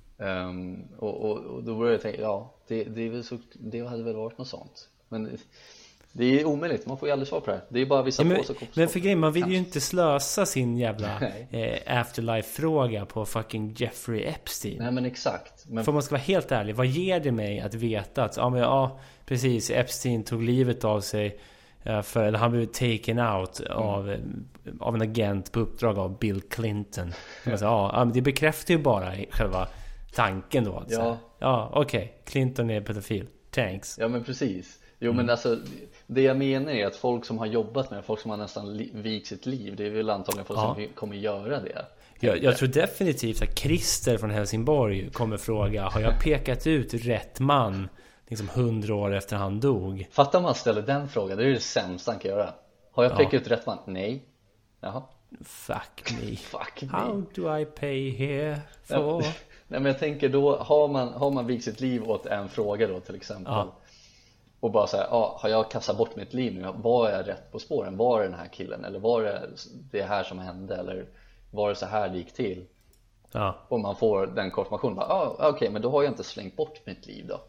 Um, och, och, och då började jag tänka, ja, det, det, är väl så, det hade väl varit något sånt. Men det är omöjligt, man får ju aldrig svar på det här. Det är bara vissa Ja, men, få som kommer men för grejen, man vill ju Kanske. inte slösa sin jävla Nej. eh, afterlife-fråga på fucking Jeffrey Epstein. Nej men exakt, men, För man ska vara helt ärlig, vad ger det mig att veta att ja, men, ja precis, Epstein tog livet av sig eh, för eller han blev taken out Mm. av, av en agent på uppdrag av Bill Clinton. Alltså, ja, ja, men det bekräftar ju bara själva tanken då. Att, Ja. så här, ja okej, okay, Clinton är pedofil. Thanks. ja men precis. Jo Mm. men alltså, det jag menar är att folk som har jobbat med det, folk som har nästan li- vikt sitt liv, det är väl antagligen folk Ja. som kommer göra det. Jag, jag tror definitivt att Christer från Helsingborg kommer fråga, har jag pekat ut rätt man liksom hundra år efter han dog? Fatta om man ställer den frågan, det är det sämsta han kan göra. Har jag Ja. pekat ut rätt man? Nej. Jaha. Fuck me. Fuck me. How do I pay here for? Nej men jag tänker då, har man, har man vikt sitt liv åt en fråga då till exempel, Ja. och bara säga, ja, har jag kastat bort mitt liv nu? Var jag rätt på spåren? Var det den här killen? Eller var det det här som hände? Eller var det så här det gick till? Ja. Och man får den konfirmationen, bara, ah, okej, okay, men då har jag inte slängt bort mitt liv då.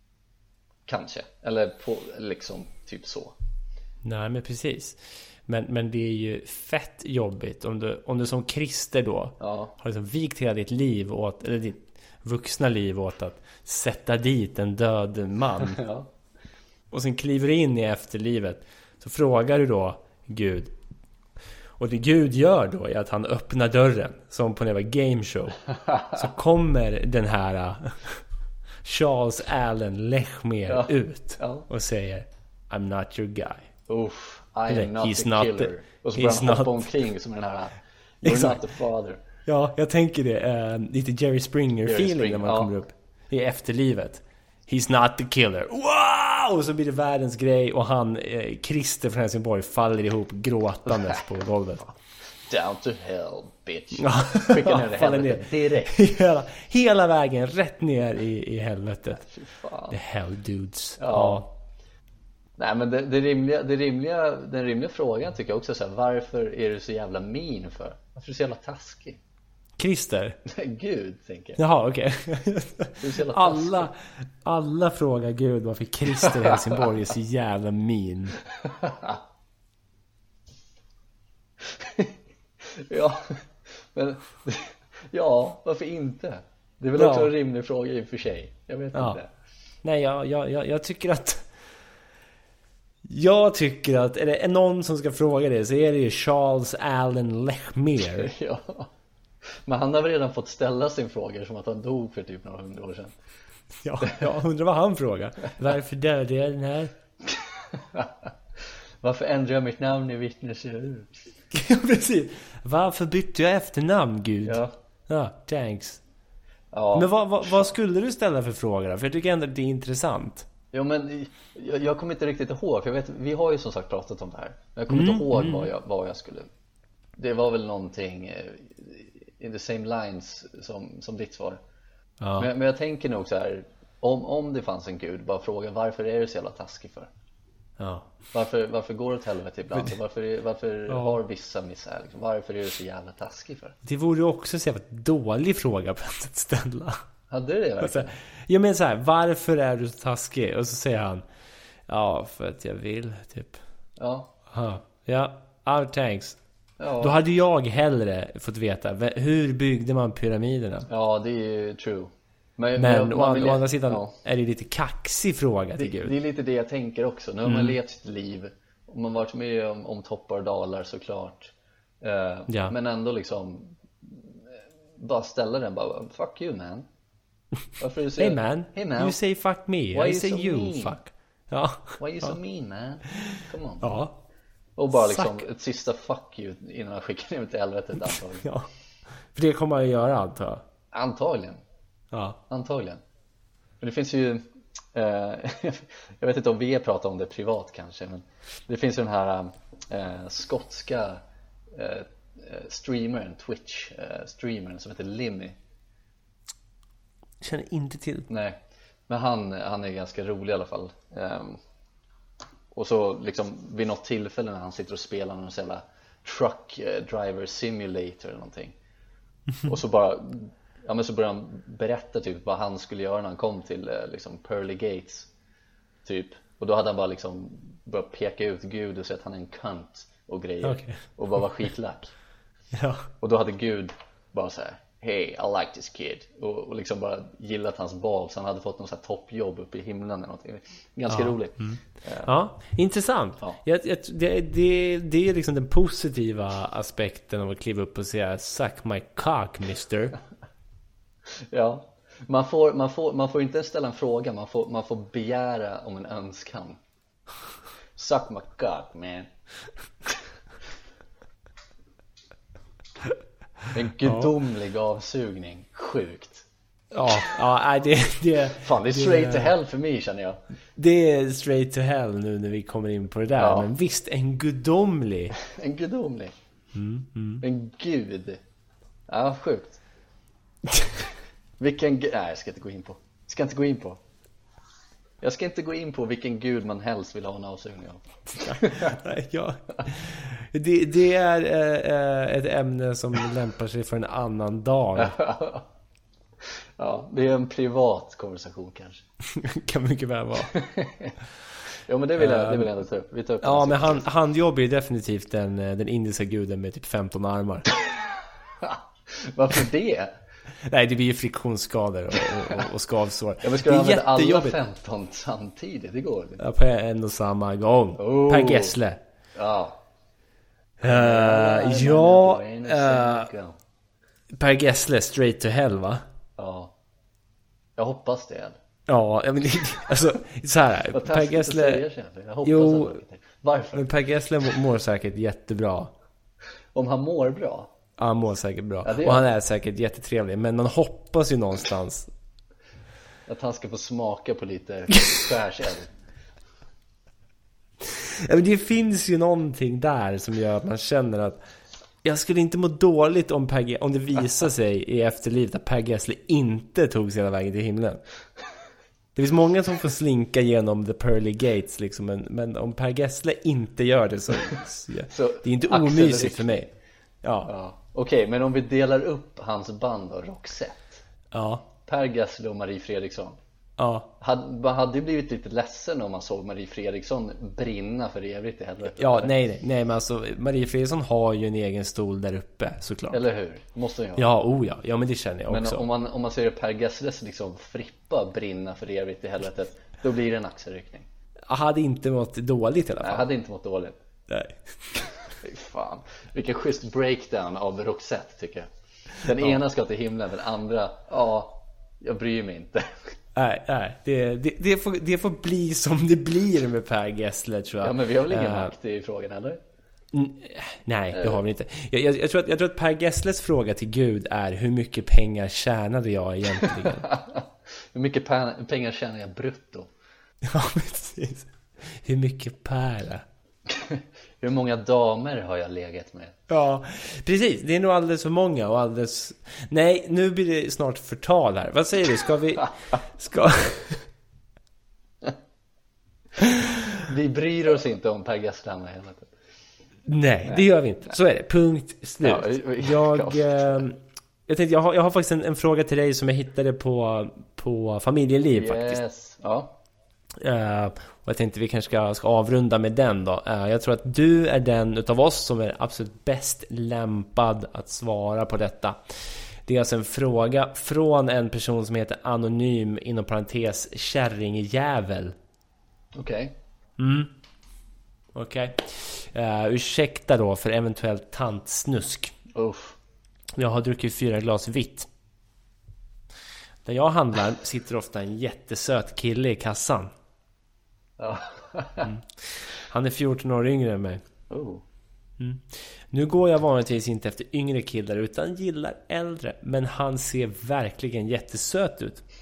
Kanske, eller på, liksom typ så. Nej men precis. Men, men det är ju fett jobbigt om du, om du som Christer då Ja, har liksom vikt hela ditt liv åt, eller ditt vuxna liv åt att sätta dit en död man. ja. Och sen kliver du in i efterlivet. Så frågar du då Gud. Och det Gud gör då är att han öppnar dörren, som på en jävla gameshow. Så kommer den här uh, Charles Allen Lechmer Ja. ut Ja. och säger I'm not your guy. Uff, I Eller, am not he's the not killer. the- Och så he's börjar han hoppa not- omkring som den här, you're Exakt. not the father. Ja, jag tänker det. Uh, lite Jerry Springer-feeling Springer, när man ja. kommer upp i efterlivet. He's not the killer. Wow! Och så blir det världens grej. Och han, eh, Christer från Helsingborg, faller ihop gråtandes på golvet. Down to hell, bitch. Ja. Skicka ner det Faller helvete direkt. hela, hela vägen rätt ner i, i helvetet. Fy fan. The hell dudes. Ja. Ja. Nej men det, det rimliga, det rimliga, den rimliga frågan tycker jag också är så här, varför är du så jävla mean för? Varför är du så jävla taskig? Christer. Gud, tänker jag. Jaha, okej. Du är så jävla Alla, alla frågar Gud varför Christer i Helsingborg är så jävla mean. Ja, men ja, varför inte? Det är väl Ja. också en rimlig fråga i och för sig. Jag vet Ja. inte. Nej, jag, jag, jag, jag tycker att Jag tycker att är det någon som ska fråga det så är det ju Charles Allen Lechmer. Ja. Men han har väl redan fått ställa sin fråga som att han dog för typ några hundra år sedan. Ja, jag undrar vad han frågar. Varför dödade jag den här? Varför ändrar jag mitt namn i vittnesur? Ja, precis. Varför bytte jag efternamn, Gud? Ja. Ja, thanks. Ja. Men vad, vad, vad skulle du ställa för frågor då? För jag tycker ändå att det är intressant. Jo men jag, jag kommer inte riktigt ihåg, för jag vet, vi har ju som sagt pratat om det här. Jag kommer Mm, inte ihåg mm. vad, jag, vad jag skulle. Det var väl någonting eh, in the same lines som, som ditt svar. Ja. Men, men jag tänker nog så här, om, om det fanns en gud, bara fråga varför är du så jävla taskig för? Ja. Varför, varför går det åt helvete ibland? Och varför, är- varför Ja. har vissa misär? Liksom? Varför är du så jävla taskig för? Det vore ju också så jävla dålig fråga på att ställa. Hade det verkligen? Alltså, jag menar så här, varför är du så taskig? Och så säger han, ja, för att jag vill, typ. Ja, Aha. Ja, all thanks. ja. Då hade jag hellre fått veta, v- hur byggde man pyramiderna? ja det är ju true. Men, Men jag- å, man å vill- andra sidan ja. är det lite kaxig fråga Det, till Gud. det är lite det jag tänker också. Nu har man Mm. levt sitt liv och man har varit med om, om toppar och dalar såklart. Eh, Ja. Men ändå liksom eh, bara ställa den bara, fuck you man. Varför är du så Hey man, Hey man, you say fuck me, Why I you say so you mean? fuck. Ja, why are you so mean man? Come on. ja, Och bara liksom Suck. ett sista fuck you innan han skickar ner mig till helvetet antagligen. ja. För det kommer man ju göra, antar jag. Antagligen, Ja, antagligen. Men det finns ju eh, jag vet inte om vi har pratat om det privat kanske, men det finns ju den här eh, skotska eh, streamern, Twitch eh, streamern som heter Limmy. Känner inte till. Nej, men han, han är ganska rolig i alla fall. um, Och så liksom vid något tillfälle när han sitter och spelar någon sån jävla truck eh, driver simulator eller någonting, och så bara ja, men så börjar han berätta typ vad han skulle göra när han kom till eh, liksom Pearly Gates typ. Och då hade han bara liksom börjat peka ut Gud och säga att han är en cunt och grejer. Okay. Och bara var skitlack. Ja. Och då hade Gud bara så här: hey, I like this kid, och, och liksom bara gillat hans bal, så han hade fått någon sån här toppjobb uppe i himlen eller någonting. Ganska ja. roligt. Mm. Ja, intressant. Ja. Jag, jag, det, det, det är liksom den positiva aspekten av att kliva upp och säga suck my cock, mister. Ja, man får, man, får, man får inte ställa en fråga, man får, man får begära om en önskan. Suck my cock, man. En gudomlig ja. avsugning. Sjukt. Ja, ja det, det fan, det är straight det, to hell för mig, känner jag. Det är straight to hell nu när vi kommer in på det där. Ja. Men visst, en gudomlig. En gudomlig. Mm, mm. En gud. Ja, sjukt. Vilken gu- Nej, jag ska inte gå in på. Jag ska inte gå in på. Jag ska inte gå in på vilken gud man helst vill ha en avsugning av. Ja. det, det är äh, ett ämne som lämpar sig för en annan dag. Ja, det är en privat konversation kanske. Kan mycket väl vara. Ja, men det vill jag, det vill jag ändå ta upp. Vi tar upp ja, men han, handjobb är definitivt den, den indiska guden med typ femton armar. Varför det? Nej, det blir ju friktionsskador och, och, och skavsår. Ja, men ska du använda alla femton samtidigt? Det går det. Ja, på en och samma gång. Oh. Per Gessle. Ja. Uh, ja. Uh, Per Gessle, straight to hell, va? Ja. Jag hoppas det. Ja, men det, alltså så här. Per Gessle. Jag hoppas jo, det. Varför? Men Per Gessle mår säkert jättebra. Om han mår bra? Ja, han mår säkert bra. Ja, och han är säkert jättetrevlig. Men man hoppas ju någonstans att han ska få smaka på lite skärsäd. Ja, men det finns ju någonting där som gör att man känner att jag skulle inte må dåligt om, Per, om det visar sig i efterlivet att Per Gessle inte tog sig hela vägen till himlen. Det finns många som får slinka genom the pearly gates liksom, men, men om Per Gessle inte gör det så, så, ja. så det är inte omysigt för mig. Ja. Ja. Okej, okay, men om vi delar upp hans band och Roxette. Ja. Per Gessle och Marie Fredriksson. Ja. Hade, man hade ju blivit lite ledsen om man såg Marie Fredriksson brinna för evigt i helvete. Ja, nej, nej, nej, men alltså Marie Fredriksson har ju en egen stol där uppe, såklart. Eller hur? Måste hon ju ha. Ja, oh ja, ja, men det känner jag men också. Men om man, om man ser Per Gessles liksom frippa brinna för evigt i helvetet, då blir det en axelryckning. Jag hade inte mått dåligt i alla fall. Jag hade inte mått dåligt. Nej. Fy fan. Vilken schysst breakdown av Roxette, tycker jag. Den ja. ena ska till himlen, den andra, ja, jag bryr mig inte. Nej, nej det, det, det, får, det får bli som det blir med Per Gessle, tror jag. Ja, men vi har väl ingen uh, makt i frågan, eller? N- nej, det har vi inte. Jag, jag, jag, tror att, jag tror att Per Gessles fråga till Gud är: hur mycket pengar tjänade jag egentligen? Hur mycket pe- pengar tjänar jag brutto? Ja, precis. Hur mycket per? Hur många damer har jag legat med? Ja, precis. Det är nog alldeles för många och alldeles... Nej, nu blir det snart förtal här. Vad säger du? Ska vi... Ska... Vi bryr oss inte om Per Gessle med hela tiden. Nej, Nej, det gör vi inte. Så är det. Punkt slut. Ja, jag... Eh, jag tänkte, jag har, jag har faktiskt en, en fråga till dig som jag hittade på, på Familjeliv, yes. faktiskt. Ja. Uh, och jag tänkte vi kanske ska, ska avrunda med den då. Uh, jag tror att du är den utav oss som är absolut bäst lämpad att svara på detta. Det är alltså en fråga från en person som heter Anonym, inom parentes kärringjävel. Okej. Okay. Mm. Okej. Okay. Uh, ursäkta då för eventuellt tantsnusk. Uff. Jag har druckit fyra glas vitt. Där jag handlar sitter ofta en jättesöt kille i kassan. Ja. mm. Han är fjorton år yngre än mig. Oh. Mm. Nu går jag vanligtvis inte efter yngre killar utan gillar äldre. Men han ser verkligen jättesöt ut.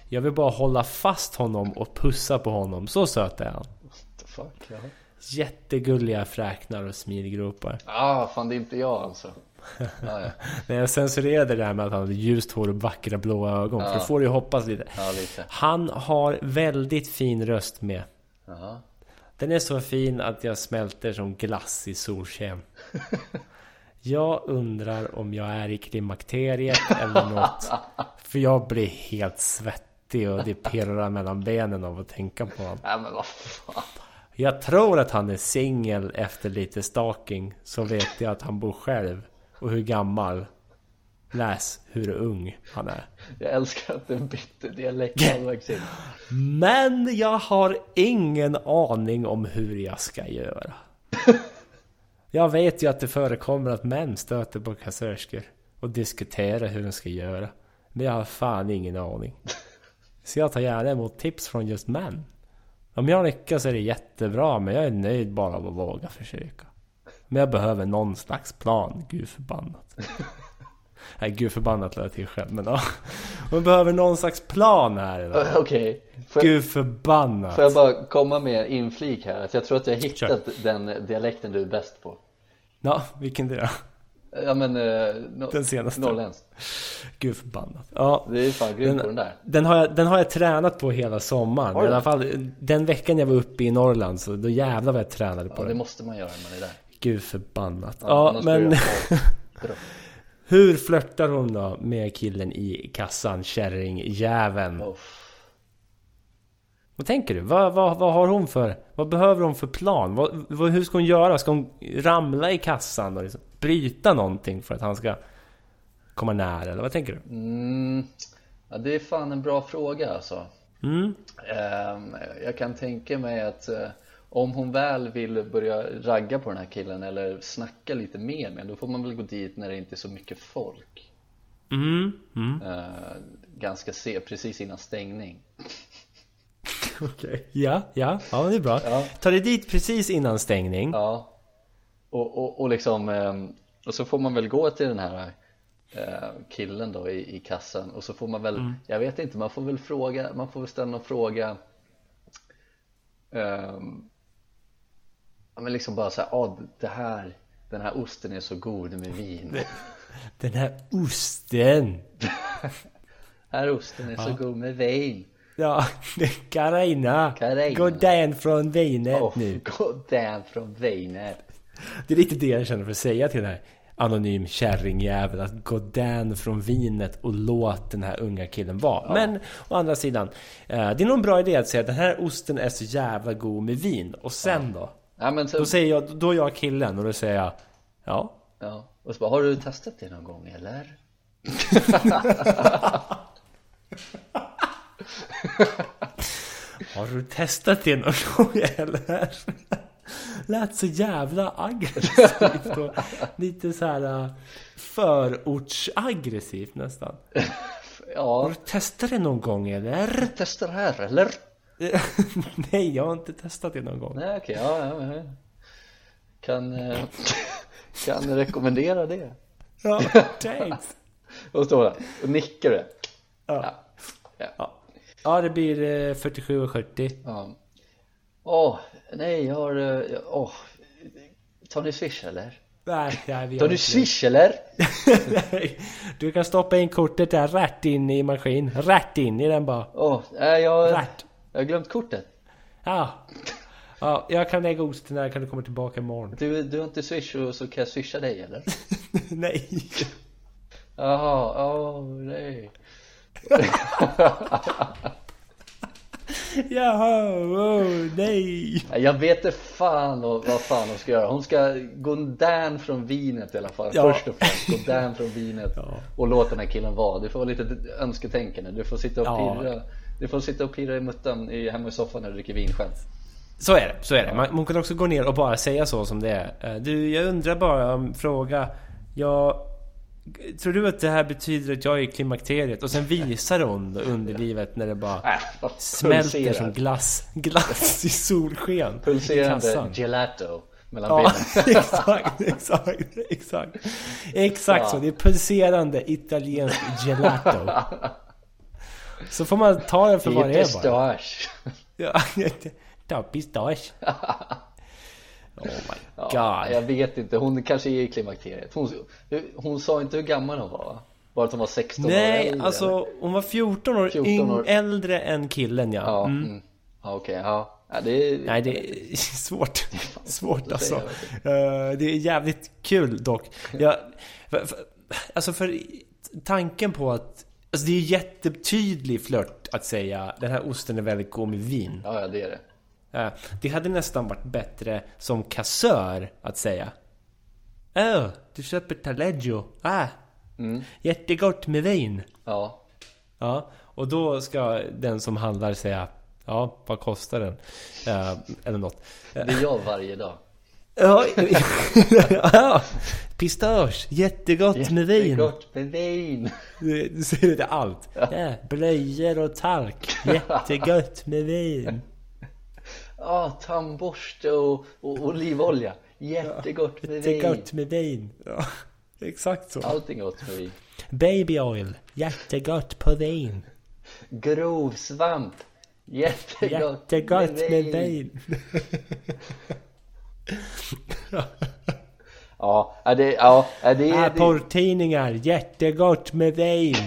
Jag vill bara hålla fast honom och pussa på honom. Så söt är han. What the fuck, ja. Jättegulliga fräknar och smilgropar. Ah, fan det är inte jag alltså. Ah, ja. När jag censurerade det här med att han hade ljust hår och vackra blåa ögon. Ja. För då får du ju hoppas lite. Ja, lite. Han har väldigt fin röst med. Aha. Den är så fin att jag smälter som glass i solsken. Jag undrar om jag är i klimakteriet eller något. För jag blir helt svettig och det pirrar mellan benen av att tänka på honom. Nej men vad fan. Jag tror att han är singel efter lite stalking. Så vet jag att han bor själv. Och hur gammal. Läs hur ung han är. Jag älskar att den bytte dialekt. Men jag har ingen aning om hur jag ska göra. Jag vet ju att det förekommer att män stöter på kassörskor och diskuterar hur de ska göra. Men jag har fan ingen aning. Så jag tar gärna emot tips från just män. Om jag lyckas är det jättebra, men jag är nöjd bara av att våga försöka. Men jag behöver någon slags plan, gud förbannat. Nej, gud förbannat lät till själv, men ja. Man behöver någon slags plan här idag. Okej. Okay. Gud förbannat. Får jag bara komma med en inflik här? Att jag tror att jag har hittat Kör. den dialekten du är bäst på. Ja, vilken det är? Ja men uh, no, den senaste. Norrländsk. Gud förbannat. Ja, det är fan grymt på den där. Den har, jag, den har jag tränat på hela sommaren. I alla fall den veckan jag var uppe i Norrland, så då jävlar vad jag tränade på ja, den. Det måste man göra när man är där. Gud förbannat. Ja, ja men hur flörtar hon då med killen i kassan, kärringjäveln? Oh. Vad tänker du? Vad, vad, vad har hon för... Vad behöver hon för plan? Vad, vad, hur ska hon göra? Ska hon ramla i kassan och liksom bryta någonting för att han ska komma nära? Eller vad tänker du? Mm, ja, det är fan en bra fråga alltså. Mm. Um, jag kan tänka mig att uh, om hon väl vill börja ragga på den här killen eller snacka lite mer med, då får man väl gå dit när det inte är så mycket folk. Mm. Mm. Uh, ganska se, precis innan stängning. Okej. Okay. Ja, ja, ja, det är bra. Ja. Ta dig dit precis innan stängning. Ja. Och, och, och liksom um, och så får man väl gå till den här uh, killen då i, i kassan, och så får man väl, mm. jag vet inte, man får väl fråga, man får väl ställa någon fråga. Um, ja, men liksom bara så här, ah, det här, den här osten är så god med vin. Den här osten. Här osten är ja. så god med vin. Ja, Carina. Carina. Gå den från vinet oh, nu. Gå den från vinet. Det är lite det jag känner för att säga till den här anonym kärringjävel, att gå den från vinet och låt den här unga killen vara. Ja. Men å andra sidan, det är nog en bra idé att säga att den här osten är så jävla god med vin. Och sen ja. då? Ja, men så... Då säger jag, då är jag killen och då säger jag ja. Ja. Och så bara, har du testat det någon gång eller? Har du testat det någon gång eller? Lät så jävla aggressivt och lite så här förortsaggressivt nästan. Ja. Har du testat det någon gång eller? Testar det här eller? Nej, jag har inte testat det någon gång. Nej, okej, okay. ja, ja, ja. Kan kan rekommendera det. Ja, thanks. Och står där och nickar det. Ja. Ja. Ja. ja. Ja, det blir fyrtiosju och sjuttio. Ja. Åh, nej, jag har... Åh, tar ni Swish eller? Nej, nej vi tar du Swish eller? Nej, du kan stoppa in kortet där rätt in i maskin. Rätt in i den bara. Åh, nej, jag, rätt. jag har glömt kortet. Ja. Ja, jag kan lägga osten när kan du komma tillbaka imorgon. Du, du har inte Swish och så kan jag swisha dig eller? Nej. Jaha, åh, nej. Jaha, oh, nej. Jag vet inte fan vad, vad fan hon ska göra. Hon ska gå den från vinet i alla fall. Ja. Först och främst gå den från vinet. Ja. Och låta den här killen vara. Du får vara lite önsketänkande. Du får sitta och pirra. Ja. Du får sitta och pirra i muttan i, hemma i soffan när du dricker vin själv. Så är det, så är det. Man, man kan också gå ner och bara säga så som det är. Du, jag undrar bara om fråga. Jag... Tror du att det här betyder att jag är i klimakteriet? Och sen visar hon underlivet när det bara äh, smälter som glass glass i solsken. Pulserande gelato mellan ja, benen. exakt, exakt, exakt. Exakt ja. Så, det är pulserande italiensk gelato. Så får man ta det för vad det är bara. Pistage. Ja, ta pistage. Oh my god. Ja, jag vet inte, hon kanske är i klimakteriet. Hon, hon sa inte hur gammal hon var. Bara att hon var sexton Nej, år äldre. Nej, alltså eller? hon var fjorton år, fjorton år. äldre än killen, ja. Ja, mm. mm. ja okej, okay, ja. Ja, det är... Nej, det är svårt. Det är svårt alltså. Uh, det är jävligt kul dock. Jag, för, för, alltså för tanken på att alltså det är jättetydlig flört att säga den här osten är väldigt god med vin. Ja, ja, det är det. Uh, det hade nästan varit bättre som kassör att säga. Åh, oh, du köper Taleggio. Ah, mm. Jättegott med vin. Ja. Ja, och då ska den som handlar säga ja, vad kostar den? Uh, eller något. Det är jag varje dag. Ja, ja, pistage, jättegott, jättegott med vin. Jättegott med vin. Du säger det allt. Ja. Ja, blöjor och talk, jättegott med vin. Ja, tandborste och, och olivolja. Jättegott med vin. Jättegott med vin. Ja, exakt så. Allting gott med vin. Baby oil, jättegott på vin. Grovsvamp. Jättegott, jättegott med vin. Med vin. Ja, är det ja, är det ah, porrtidningar, jättegott med vin.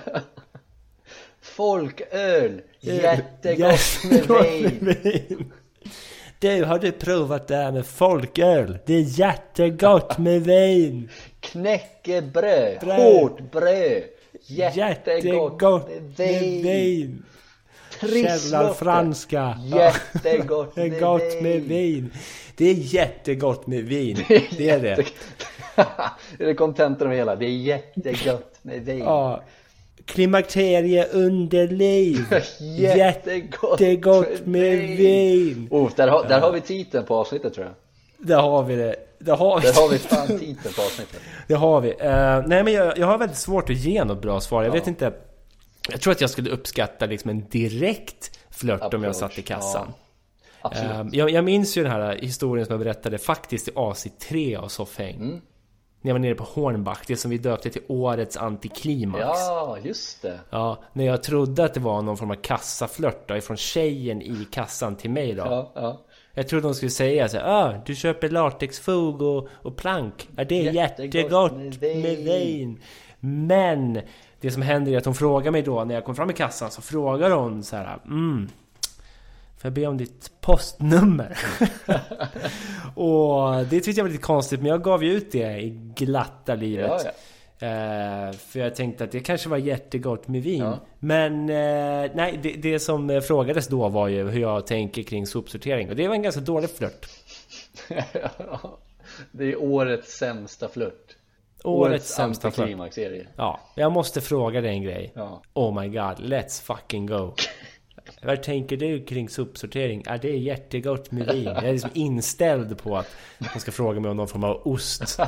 Folköl, jättegott med vin. med vin. Du, har du provat det här med folköl? Det är jättegott med vin. Knäckebröd, bröd. Hårt bröd. Jättegott, jättegott med vin. Med vin. Källarfranska. Jättegott med, gott vin. med vin. Det är jättegott med vin. Det är det. Det är kontentan av hela. Det är jättegott med vin. Ja. Klimakterie underliv. Jättegott, jättegott med, med vin. vin. Oh, där, har, där ja. har vi titeln på avsnittet, tror jag. Där har vi det. Där har vi, där har vi fan titeln på avsnittet. Det har vi. Uh, nej, men jag, jag har väldigt svårt att ge något bra svar. Jag ja. vet inte. Jag tror att jag skulle uppskatta liksom en direkt flört Approach. om jag satt i kassan. Ja. Uh, jag, jag minns ju den här historien som jag berättade faktiskt i A C tre av Soffhäng. Mm. När jag var nere på Hornbach, det som vi döpte till årets antiklimax. Ja, just det. Ja, när jag trodde att det var någon form av kassaflört då, ifrån tjejen i kassan till mig då. Ja, ja. Jag trodde de skulle säga så här, ah, du köper latexfog och, och plank. Ja, det är jättegott, jättegott med, vin. med vin. Men det som händer är att hon frågar mig då, när jag kom fram i kassan, så frågar hon så här, mm, får jag be om ditt postnummer? Och det tyckte jag var lite konstigt, men jag gav ju ut det i glatta livet. Ja, ja. Uh, för jag tänkte att det kanske var jättegott med vin. Ja. Men uh, nej, det, det som frågades då var ju hur jag tänker kring sopsortering. Och det var en ganska dålig flört. Det är årets sämsta flört. Årets, årets sämsta flört. Ja, jag måste fråga dig en grej. Ja. Oh my god, let's fucking go. Vad tänker du kring sopsortering? Är det jättegott med vin? Jag är liksom inställd på att man ska fråga mig om någon form av ost.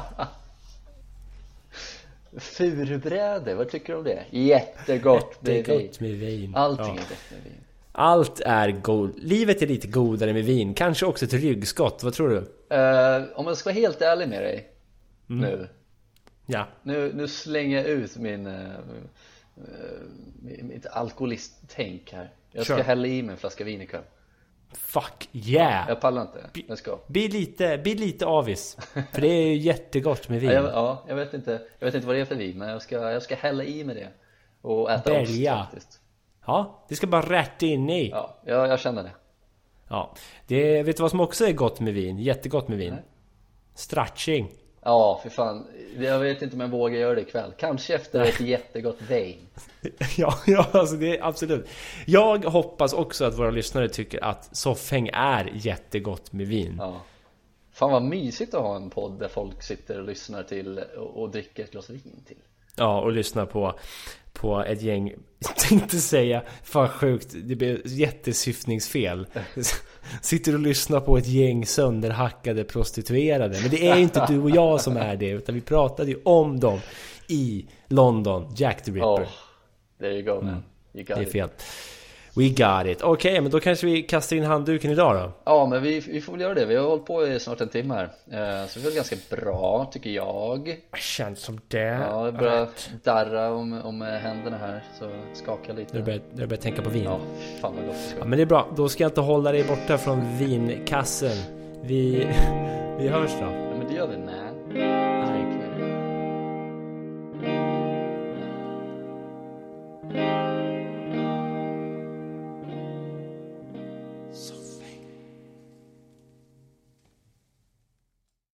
Furubräde, vad tycker du om det? Jättegott med, Jättegott med vin. Allting ja. är gott med vin. Allt är god. Livet är lite godare med vin. Kanske också ett ryggskott, vad tror du? Uh, om jag ska vara helt ärlig med dig mm. nu. Ja. Nu, nu slänger jag ut min uh, uh, mitt alkoholisttänk här. Jag ska sure. hälla i mig en flaska vin ikväll. Fuck yeah. Jag pallar inte. Jag ska. Bli lite, bli lite avis. För det är ju jättegott med vin. Ja, jag, ja, jag vet inte. Jag vet inte vad det är för vin, men jag ska jag ska hälla i med det och äta Bälja. ost faktiskt. Ja, det ska bara rätt in i. Ja, jag, jag känner det. Ja, det vet du vad som också är gott med vin? Jättegott med vin. Nej. Stretching. Ja, för fan. Jag vet inte om jag vågar göra det ikväll. Kanske efter ett jättegott vin. Ja, ja, alltså det är absolut. Jag hoppas också att våra lyssnare tycker att Soffhäng är jättegott med vin. Ja. Fan vad mysigt att ha en podd där folk sitter och lyssnar till och, och dricker ett glas vin till. Ja, och lyssnar på på ett gäng, jag tänkte säga, fan sjukt, det blir jättesyftningsfel. Sitter och lyssnar på ett gäng sönderhackade prostituerade. Men det är inte du och jag som är det, utan vi pratade ju om dem i London, Jack the Ripper. Oh, there you go, man. You got det är fel. We got it. Okej, okay, men då kanske vi kastar in handduken idag då. Ja, men vi, vi får väl göra det. Vi har hållit på i snart en timme här, eh, så det är väl ganska bra, tycker jag. Känns som det. Ja, jag börjar darra om, om händerna här, så skaka lite. Du börjar, du börjar tänka på vin. Ja, fan vad gott det ska. Ja, men det är bra. Då ska jag inte hålla dig borta från vinkassen. Vi, vi hörs då. Ja, men det gör vi, man. Aj.